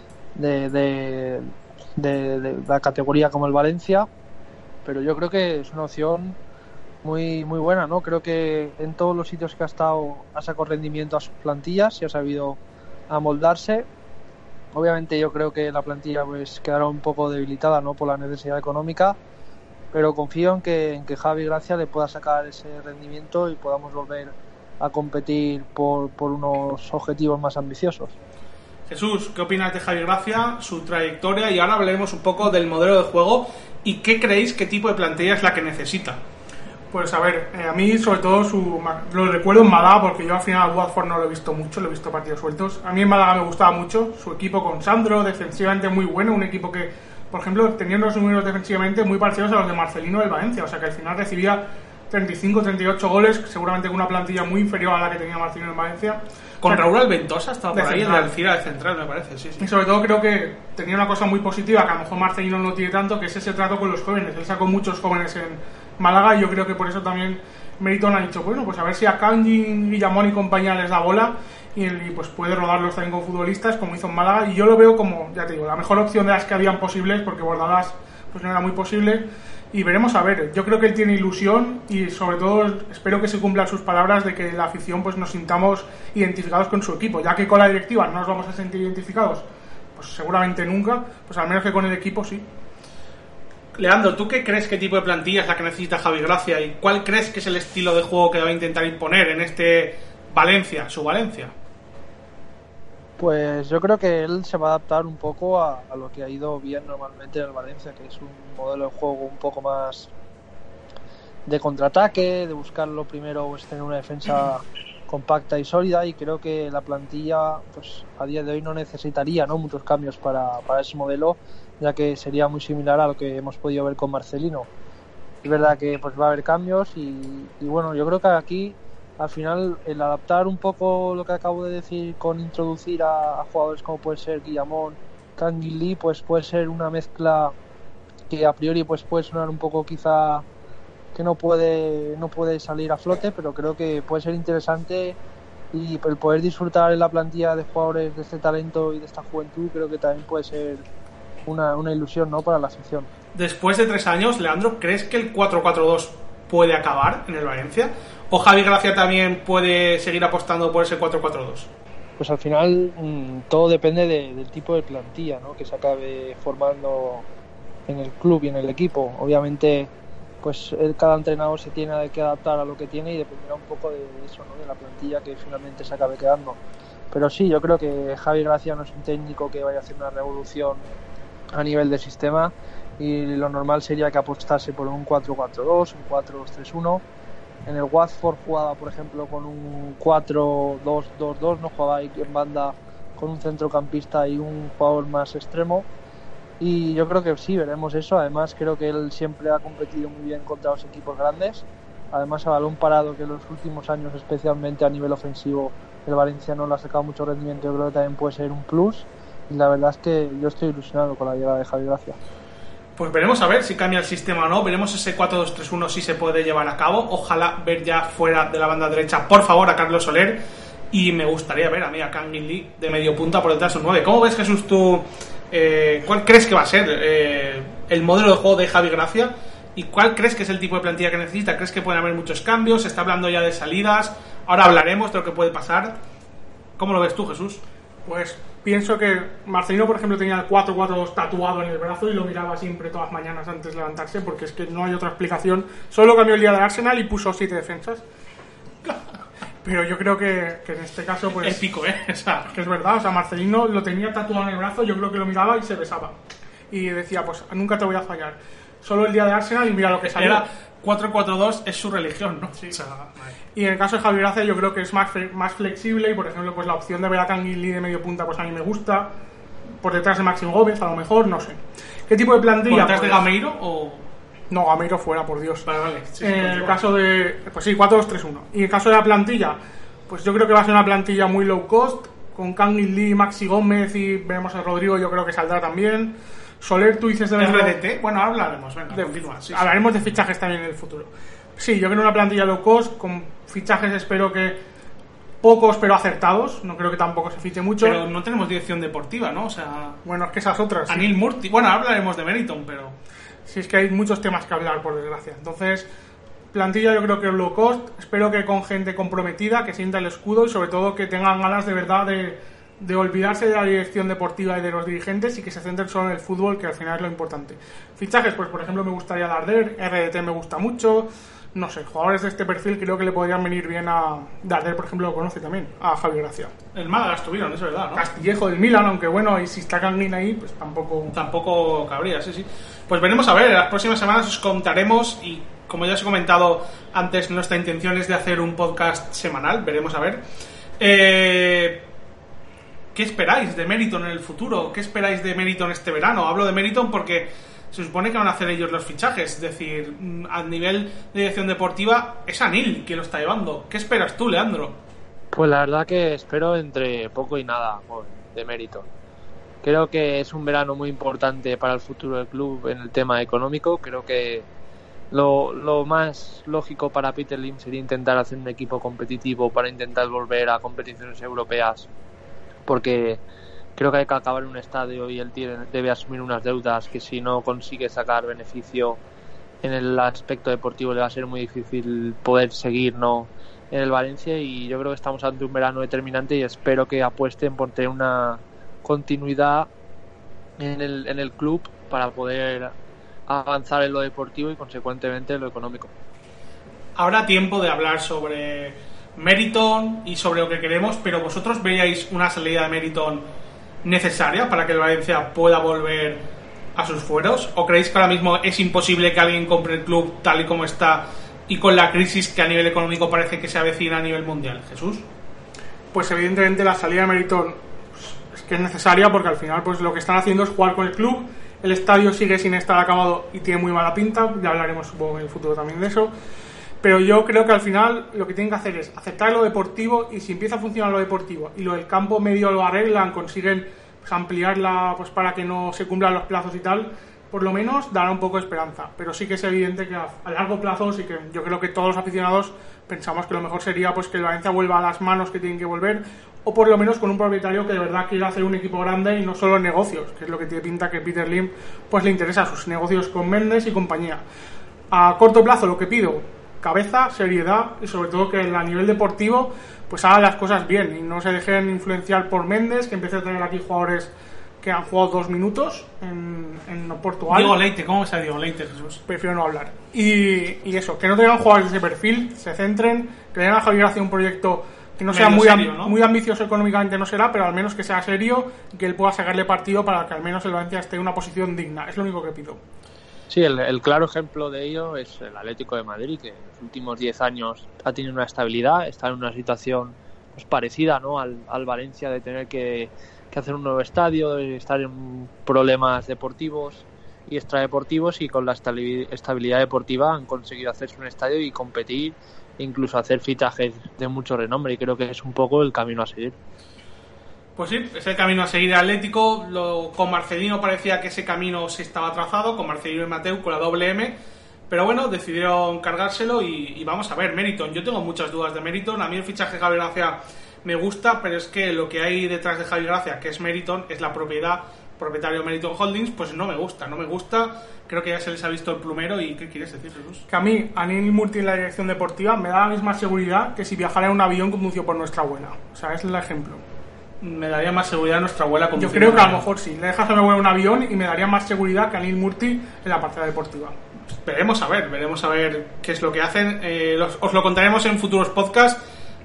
S4: de la categoría como el Valencia, pero yo creo que es una opción muy muy buena, ¿no? Creo que en todos los sitios que ha estado ha sacado rendimiento a sus plantillas y ha sabido amoldarse. Obviamente yo creo que la plantilla pues quedará un poco debilitada, ¿no? Por la necesidad económica, pero confío en que Javi Gracia le pueda sacar ese rendimiento y podamos volver a competir por unos objetivos más ambiciosos.
S2: Jesús, ¿qué opinas de Javi Gracia, su trayectoria? Y ahora hablaremos un poco del modelo de juego y qué creéis, qué tipo de plantilla es la que necesita.
S3: Pues a ver, a mí sobre todo lo recuerdo en Málaga, porque yo al final al Watford no lo he visto mucho, lo he visto partidos sueltos. A mí en Málaga me gustaba mucho su equipo con Sandro, defensivamente muy bueno, un equipo que, por ejemplo, tenía unos números defensivamente muy parecidos a los de Marcelino del Valencia, o sea que al final recibía 35, 38 goles, seguramente con una plantilla muy inferior a la que tenía Marcelino en Valencia.
S2: Con Raúl Alventosa estaba por ahí, el de Alcira de central, me parece, sí.
S3: Y sobre todo creo que tenía una cosa muy positiva, que a lo mejor Marcelino no tiene tanto, que es ese trato con los jóvenes. Él sacó muchos jóvenes en Málaga y yo creo que por eso también Meriton ha dicho, bueno, pues a ver si a Kangin, Guillamón y compañía les da bola y pues puede rodarlos también con futbolistas, como hizo en Málaga. Y yo lo veo como, ya te digo, la mejor opción de las que habían posibles, porque Bordalás pues no era muy posible. Y veremos a ver, yo creo que él tiene ilusión y sobre todo espero que se cumplan sus palabras de que la afición pues nos sintamos identificados con su equipo, ya que con la directiva no nos vamos a sentir identificados, pues seguramente nunca, pues al menos que con el equipo sí.
S2: Leandro, ¿tú qué crees, qué tipo de plantilla es la que necesita Javi Gracia y cuál crees que es el estilo de juego que va a intentar imponer en este Valencia, su Valencia?
S4: Pues yo creo que él se va a adaptar un poco a lo que ha ido bien normalmente en el Valencia, que es un modelo de juego un poco más de contraataque, de buscar lo primero pues tener una defensa compacta y sólida, y creo que la plantilla pues a día de hoy no necesitaría, ¿no?, muchos cambios para ese modelo, ya que sería muy similar a lo que hemos podido ver con Marcelino. Es verdad que pues va a haber cambios y bueno, yo creo que aquí al final el adaptar un poco lo que acabo de decir con introducir a jugadores como puede ser Guillamón, Kangin Lee, pues puede ser una mezcla que a priori pues puede sonar un poco quizá que no puede salir a flote, pero creo que puede ser interesante, y el poder disfrutar en la plantilla de jugadores de este talento y de esta juventud creo que también puede ser una ilusión, ¿no?, para la afición.
S2: Después de 3 años, Leandro, ¿crees que el 4-4-2 puede acabar en el Valencia? ¿O Javi Gracia también puede seguir apostando por ese 4-4-2?
S4: Pues al final todo depende del tipo de plantilla, ¿no?, que se acabe formando en el club y en el equipo. Obviamente pues cada entrenador se tiene que adaptar a lo que tiene y dependerá un poco de eso, ¿no?, de la plantilla que finalmente se acabe quedando. Pero sí, yo creo que Javi Gracia no es un técnico que vaya a hacer una revolución a nivel de sistema, y lo normal sería que apostase por un 4-4-2, un 4-2-3-1. En el Watford jugaba, por ejemplo, con un 4-2-2-2, no jugaba ahí en banda con un centrocampista y un jugador más extremo. Y yo creo que sí, veremos eso. Además, creo que él siempre ha competido muy bien contra los equipos grandes. Además, a balón parado, que en los últimos años, especialmente a nivel ofensivo, el Valencia no le ha sacado mucho rendimiento, yo creo que también puede ser un plus. Y la verdad es que yo estoy ilusionado con la llegada de Javi Gracia.
S2: Pues veremos a ver si cambia el sistema o no. Veremos ese 4-2-3-1 si se puede llevar a cabo. Ojalá ver ya fuera de la banda derecha, por favor, a Carlos Soler. Y me gustaría ver a mí a Kangin Lee de medio punta por detrás de un 9. ¿Cómo ves, Jesús, tú? ¿Cuál crees que va a ser el modelo de juego de Javi Gracia? ¿Y cuál crees que es el tipo de plantilla que necesita? ¿Crees que pueden haber muchos cambios? Se está hablando ya de salidas. Ahora hablaremos de lo que puede pasar. ¿Cómo lo ves tú, Jesús?
S3: Pues pienso que Marcelino, por ejemplo, tenía el 4-4-2 tatuado en el brazo y lo miraba siempre todas las mañanas antes de levantarse, porque es que no hay otra explicación. Solo cambió el día del Arsenal y puso 7 defensas. Pero yo creo que en este caso pues
S2: épico, o sea,
S3: que es verdad, o sea, Marcelino lo tenía tatuado en el brazo, yo creo que lo miraba y se besaba y decía, pues nunca te voy a fallar. Solo el día de Arsenal y mira lo que salió.
S2: 4-4-2 es su religión, ¿no?
S3: Sí. O sea, y en el caso de Javi Gracia yo creo que es más flexible, y por ejemplo pues la opción de ver a Kangin Lee de medio punta pues a mí me gusta, por detrás de Máximo Gómez a lo mejor, no sé. ¿Qué tipo de plantilla?
S2: ¿Por detrás de Gameiro o...?
S3: No, Gameiro fuera, por Dios.
S2: Vale. Sí,
S3: En el caso de... Pues sí, 4-2-3-1. Y en el caso de la plantilla, pues yo creo que va a ser una plantilla muy low cost, con Kangin Lee, Maxi Gómez y veremos a Rodrigo, yo creo que saldrá también. Soler, tú dices de
S2: RDT, bueno, hablaremos, venga, continúa. Sí,
S3: hablaremos de fichajes también en el futuro. Sí, yo creo una plantilla low cost, con fichajes espero que pocos pero acertados, no creo que tampoco se fiche mucho.
S2: Pero no tenemos dirección deportiva, ¿no? O sea...
S3: Bueno, es que esas otras...
S2: Anil
S3: sí.
S2: Murti, bueno, hablaremos de Meriton, pero...
S3: Sí, es que hay muchos temas que hablar, por desgracia. Entonces, plantilla yo creo que es low cost, espero que con gente comprometida, que sienta el escudo y sobre todo que tengan ganas de verdad de olvidarse de la dirección deportiva y de los dirigentes y que se centren solo en el fútbol, que al final es lo importante. Fichajes, pues por ejemplo me gustaría Darder, RDT me gusta mucho, no sé, jugadores de este perfil creo que le podrían venir bien a Darder, por ejemplo, lo conoce también, a Javi Gracia.
S2: El Málaga estuvieron, eso es verdad, ¿no?
S3: Castillejo del Milan, aunque bueno, y si está Kangin ahí, pues tampoco
S2: cabría, sí. Pues veremos a ver, en las próximas semanas os contaremos y como ya os he comentado antes, nuestra intención es de hacer un podcast semanal, veremos a ver. ¿Qué esperáis de Meriton en el futuro? ¿Qué esperáis de Meriton este verano? Hablo de Meriton porque se supone que van a hacer ellos los fichajes. Es decir, a nivel de dirección deportiva es Anil quien lo está llevando. ¿Qué esperas tú, Leandro?
S4: Pues la verdad que espero entre poco y nada de Meriton. Creo que es un verano muy importante para el futuro del club en el tema económico. Creo que lo más lógico para Peter Lim sería intentar hacer un equipo competitivo para intentar volver a competiciones europeas, porque creo que hay que acabar un estadio y él debe asumir unas deudas que si no consigue sacar beneficio en el aspecto deportivo le va a ser muy difícil poder seguir en el Valencia, y yo creo que estamos ante un verano determinante y espero que apuesten por tener una continuidad en el club para poder avanzar en lo deportivo y consecuentemente en lo económico.
S2: Habrá tiempo de hablar sobre Meriton y sobre lo que queremos, pero ¿vosotros veíais una salida de Meriton necesaria para que el Valencia pueda volver a sus fueros? ¿O creéis que ahora mismo es imposible que alguien compre el club tal y como está y con la crisis que a nivel económico parece que se avecina a nivel mundial? Jesús.
S3: Pues evidentemente la salida de Meriton es que es necesaria, porque al final pues lo que están haciendo es jugar con el club. El estadio sigue sin estar acabado y tiene muy mala pinta, ya hablaremos supongo en el futuro también de eso. Pero yo creo que al final lo que tienen que hacer es aceptar lo deportivo, y si empieza a funcionar lo deportivo y lo del campo medio lo arreglan, consiguen pues ampliarla pues para que no se cumplan los plazos y tal, por lo menos dará un poco de esperanza. Pero sí que es evidente que a largo plazo sí que yo creo que todos los aficionados pensamos que lo mejor sería pues que el Valencia vuelva a las manos que tienen que volver, o por lo menos con un propietario que de verdad quiera hacer un equipo grande y no solo negocios, que es lo que tiene pinta que Peter Lim pues le interesa, sus negocios con Mendes y compañía. A corto plazo lo que pido: cabeza, seriedad y sobre todo que a nivel deportivo pues hagan las cosas bien y no se dejen influenciar por Mendes, que empiece a tener aquí jugadores que han jugado 2 minutos en Portugal.
S2: Diego Leite, ¿cómo está Diego Leite, Jesús?
S3: Prefiero no hablar. Y eso, que no tengan jugadores de ese perfil, se centren, que vayan a Javier hacia un proyecto que no sea muy, serio, ¿no? Muy ambicioso económicamente, no será, pero al menos que sea serio y que él pueda sacarle partido para que al menos el Valencia esté en una posición digna. Es lo único que pido.
S4: Sí, el claro ejemplo de ello es el Atlético de Madrid, que en los últimos 10 años ha tenido una estabilidad, está en una situación pues parecida, ¿no?, al Valencia, de tener que hacer un nuevo estadio, de estar en problemas deportivos y extradeportivos, y con la estabilidad deportiva han conseguido hacerse un estadio y competir, e incluso hacer fichajes de mucho renombre, y creo que es un poco el camino a seguir.
S2: Pues sí, es el camino a seguir el Atlético. Con Marcelino parecía que ese camino se estaba trazado, con Marcelino y Mateu, con la doble M, pero bueno, decidieron cargárselo y vamos a ver. Meriton, yo tengo muchas dudas de Meriton. A mí el fichaje de Javi Gracia me gusta, pero es que lo que hay detrás de Javi Gracia, que es Meriton, es la propietario Meriton Holdings, pues no me gusta. Creo que ya se les ha visto el plumero. ¿Y qué quieres decir, Jesús?
S3: Que a mí, Anil Murti en la dirección deportiva me da la misma seguridad que si viajara en un avión conducido por nuestra abuela. O sea, es el ejemplo.
S2: Me daría más seguridad nuestra abuela.
S3: Yo creo que a lo mejor sí, le dejas a mi abuela un avión y me daría más seguridad que Anil Murti en la parte deportiva.
S2: Veremos a ver qué es lo que hacen. Os lo contaremos en futuros podcasts.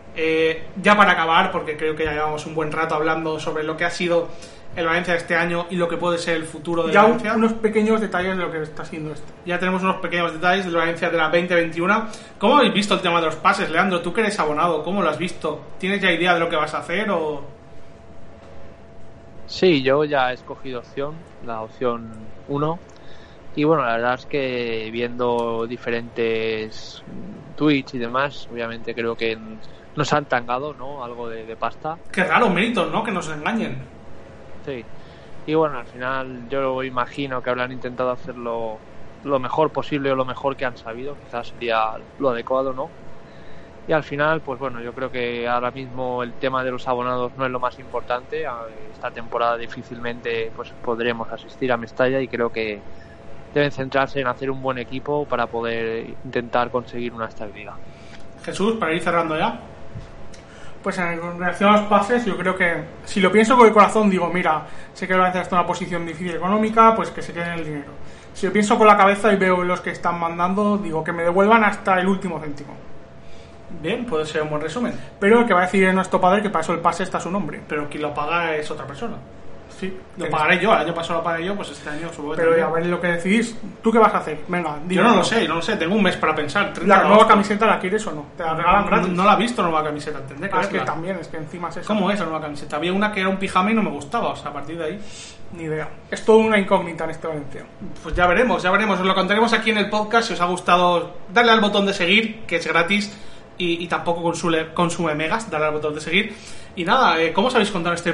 S2: Ya para acabar, porque creo que ya llevamos un buen rato hablando sobre lo que ha sido el Valencia de este año y lo que puede ser el futuro del Valencia.
S3: Ya unos pequeños detalles de lo que está siendo esto.
S2: Ya tenemos unos pequeños detalles del Valencia de la 2021. ¿Cómo habéis visto el tema de los pases, Leandro? Tú que eres abonado, ¿cómo lo has visto? ¿Tienes ya idea de lo que vas a hacer o...?
S4: Sí, yo ya he escogido la opción 1, Y bueno, la verdad es que viendo diferentes tweets y demás, obviamente creo que nos han tangado, ¿no? Algo de pasta.
S2: Qué raro, méritos, ¿no? Que nos engañen.
S4: Sí. Y bueno, al final yo imagino que habrán intentado hacerlo lo mejor posible o lo mejor que han sabido. Quizás sería lo adecuado, ¿no? Y al final, pues bueno, yo creo que ahora mismo el tema de los abonados no es lo más importante. Esta temporada difícilmente pues podremos asistir a Mestalla y creo que deben centrarse en hacer un buen equipo para poder intentar conseguir una estabilidad.
S2: Jesús, para ir cerrando ya.
S3: Pues en relación a los pases, yo creo que si lo pienso con el corazón, digo, mira, sé que el Valencia está en una posición difícil económica, pues que se queden el dinero. Si lo pienso con la cabeza y veo los que están mandando, digo que me devuelvan hasta el último céntimo.
S2: Bien, puede ser un buen resumen.
S3: Pero el que va a decir es nuestro padre que para eso el pase está a su nombre.
S2: Pero quien lo paga es otra persona.
S3: Sí,
S2: lo pagaré yo, el año pasado lo pagué yo, pues este año supongo que
S3: pero
S2: también.
S3: a ver lo que decidís. ¿Tú qué vas a hacer? Venga,
S2: yo no lo sé, tengo un mes para pensar.
S3: ¿La nueva camiseta la quieres o no? ¿Te la regalan gratis?
S2: No la he visto, nueva camiseta, tendré que
S3: es que también, es que encima es eso.
S2: ¿Cómo es la nueva camiseta? Había una que era un pijama y no me gustaba, o sea, a partir de ahí
S3: ni idea. Es todo una incógnita en este Valencia.
S2: Pues ya veremos, os lo contaremos aquí en el podcast. Si os ha gustado, darle al botón de seguir, que es gratis y tampoco consume megas, darle al botón de seguir. Y nada, ¿cómo os habéis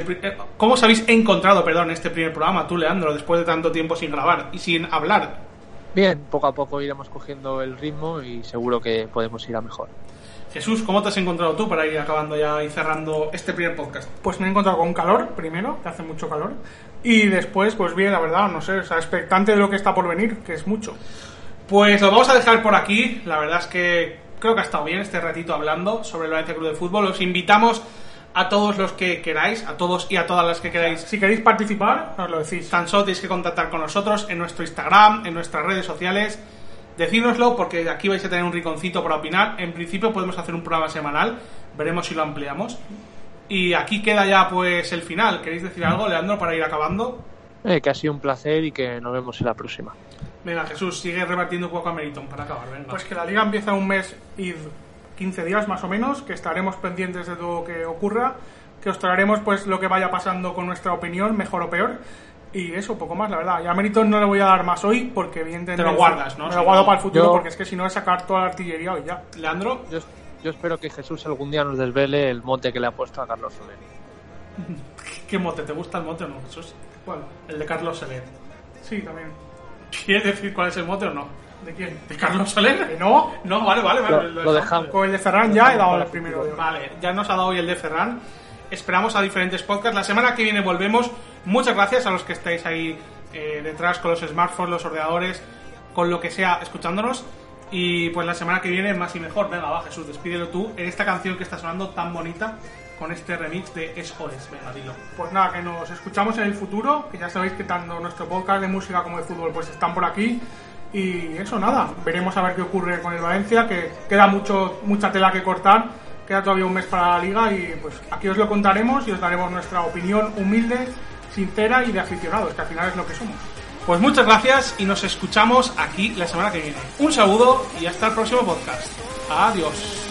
S2: encontrado este primer programa, tú, Leandro, después de tanto tiempo sin grabar y sin hablar?
S4: Bien, poco a poco iremos cogiendo el ritmo y seguro que podemos ir a mejor.
S2: Jesús, ¿cómo te has encontrado tú para ir acabando ya y cerrando este primer podcast?
S3: Pues me he encontrado con calor, primero, que hace mucho calor, y después, pues bien, la verdad, no sé, o sea, expectante de lo que está por venir, que es mucho.
S2: Pues lo vamos a dejar por aquí. La verdad es que creo que ha estado bien este ratito hablando sobre el Valencia Club de Fútbol. Os invitamos a todos los que queráis, a todos y a todas las que queráis.
S3: Si queréis participar, os lo decís.
S2: Tan solo tenéis que contactar con nosotros en nuestro Instagram, en nuestras redes sociales. Decírnoslo porque aquí vais a tener un rinconcito para opinar. En principio podemos hacer un programa semanal, veremos si lo ampliamos. Y aquí queda ya pues el final. ¿Queréis decir algo, Leandro, para ir acabando?
S4: Que ha sido un placer y que nos vemos en la próxima.
S2: Venga, Jesús, sigue repartiendo Coca Meriton para acabar, venga.
S3: Pues que la liga empieza un mes y 15 días más o menos, que estaremos pendientes de todo lo que ocurra, que os traeremos pues lo que vaya pasando con nuestra opinión, mejor o peor. Y eso, poco más, la verdad. Y a Meriton no le voy a dar más hoy porque evidentemente...
S2: Te lo guardas, ¿no?
S3: Me lo guardo para el futuro porque es que si no es sacar toda la artillería hoy ya.
S2: Leandro.
S4: Yo espero que Jesús algún día nos desvele el mote que le ha puesto a Carlos Soler.
S2: ¿Qué mote? ¿Te gusta el mote o no, Jesús?
S3: ¿Cuál?
S2: El de Carlos Soler.
S3: Sí, también.
S2: ¿Quieres decir cuál es el mote o no?
S3: ¿De quién?
S2: ¿De Carlos Soler?
S3: ¿Que no?
S2: No, vale.
S4: Lo dejamos.
S3: Con el de Ferran ya he dado el primero.
S2: Vale, ya nos ha dado hoy el de Ferran. Esperamos a diferentes podcasts. La semana que viene volvemos. Muchas gracias a los que estáis ahí detrás con los smartphones, los ordenadores, con lo que sea, escuchándonos. Y pues la semana que viene más y mejor. Venga, va, Jesús, despídelo tú en esta canción que está sonando tan bonita con este remix de SOS. Venga, dilo.
S3: Pues nada, que nos escuchamos en el futuro, que ya sabéis que tanto nuestro podcast de música como de fútbol pues están por aquí. Y eso, nada, veremos a ver qué ocurre con el Valencia, que queda mucha tela que cortar, queda todavía un mes para la liga y pues aquí os lo contaremos y os daremos nuestra opinión humilde, sincera y de aficionados, que al final es lo que somos.
S2: Pues muchas gracias y nos escuchamos aquí la semana que viene. Un saludo y hasta el próximo podcast. Adiós.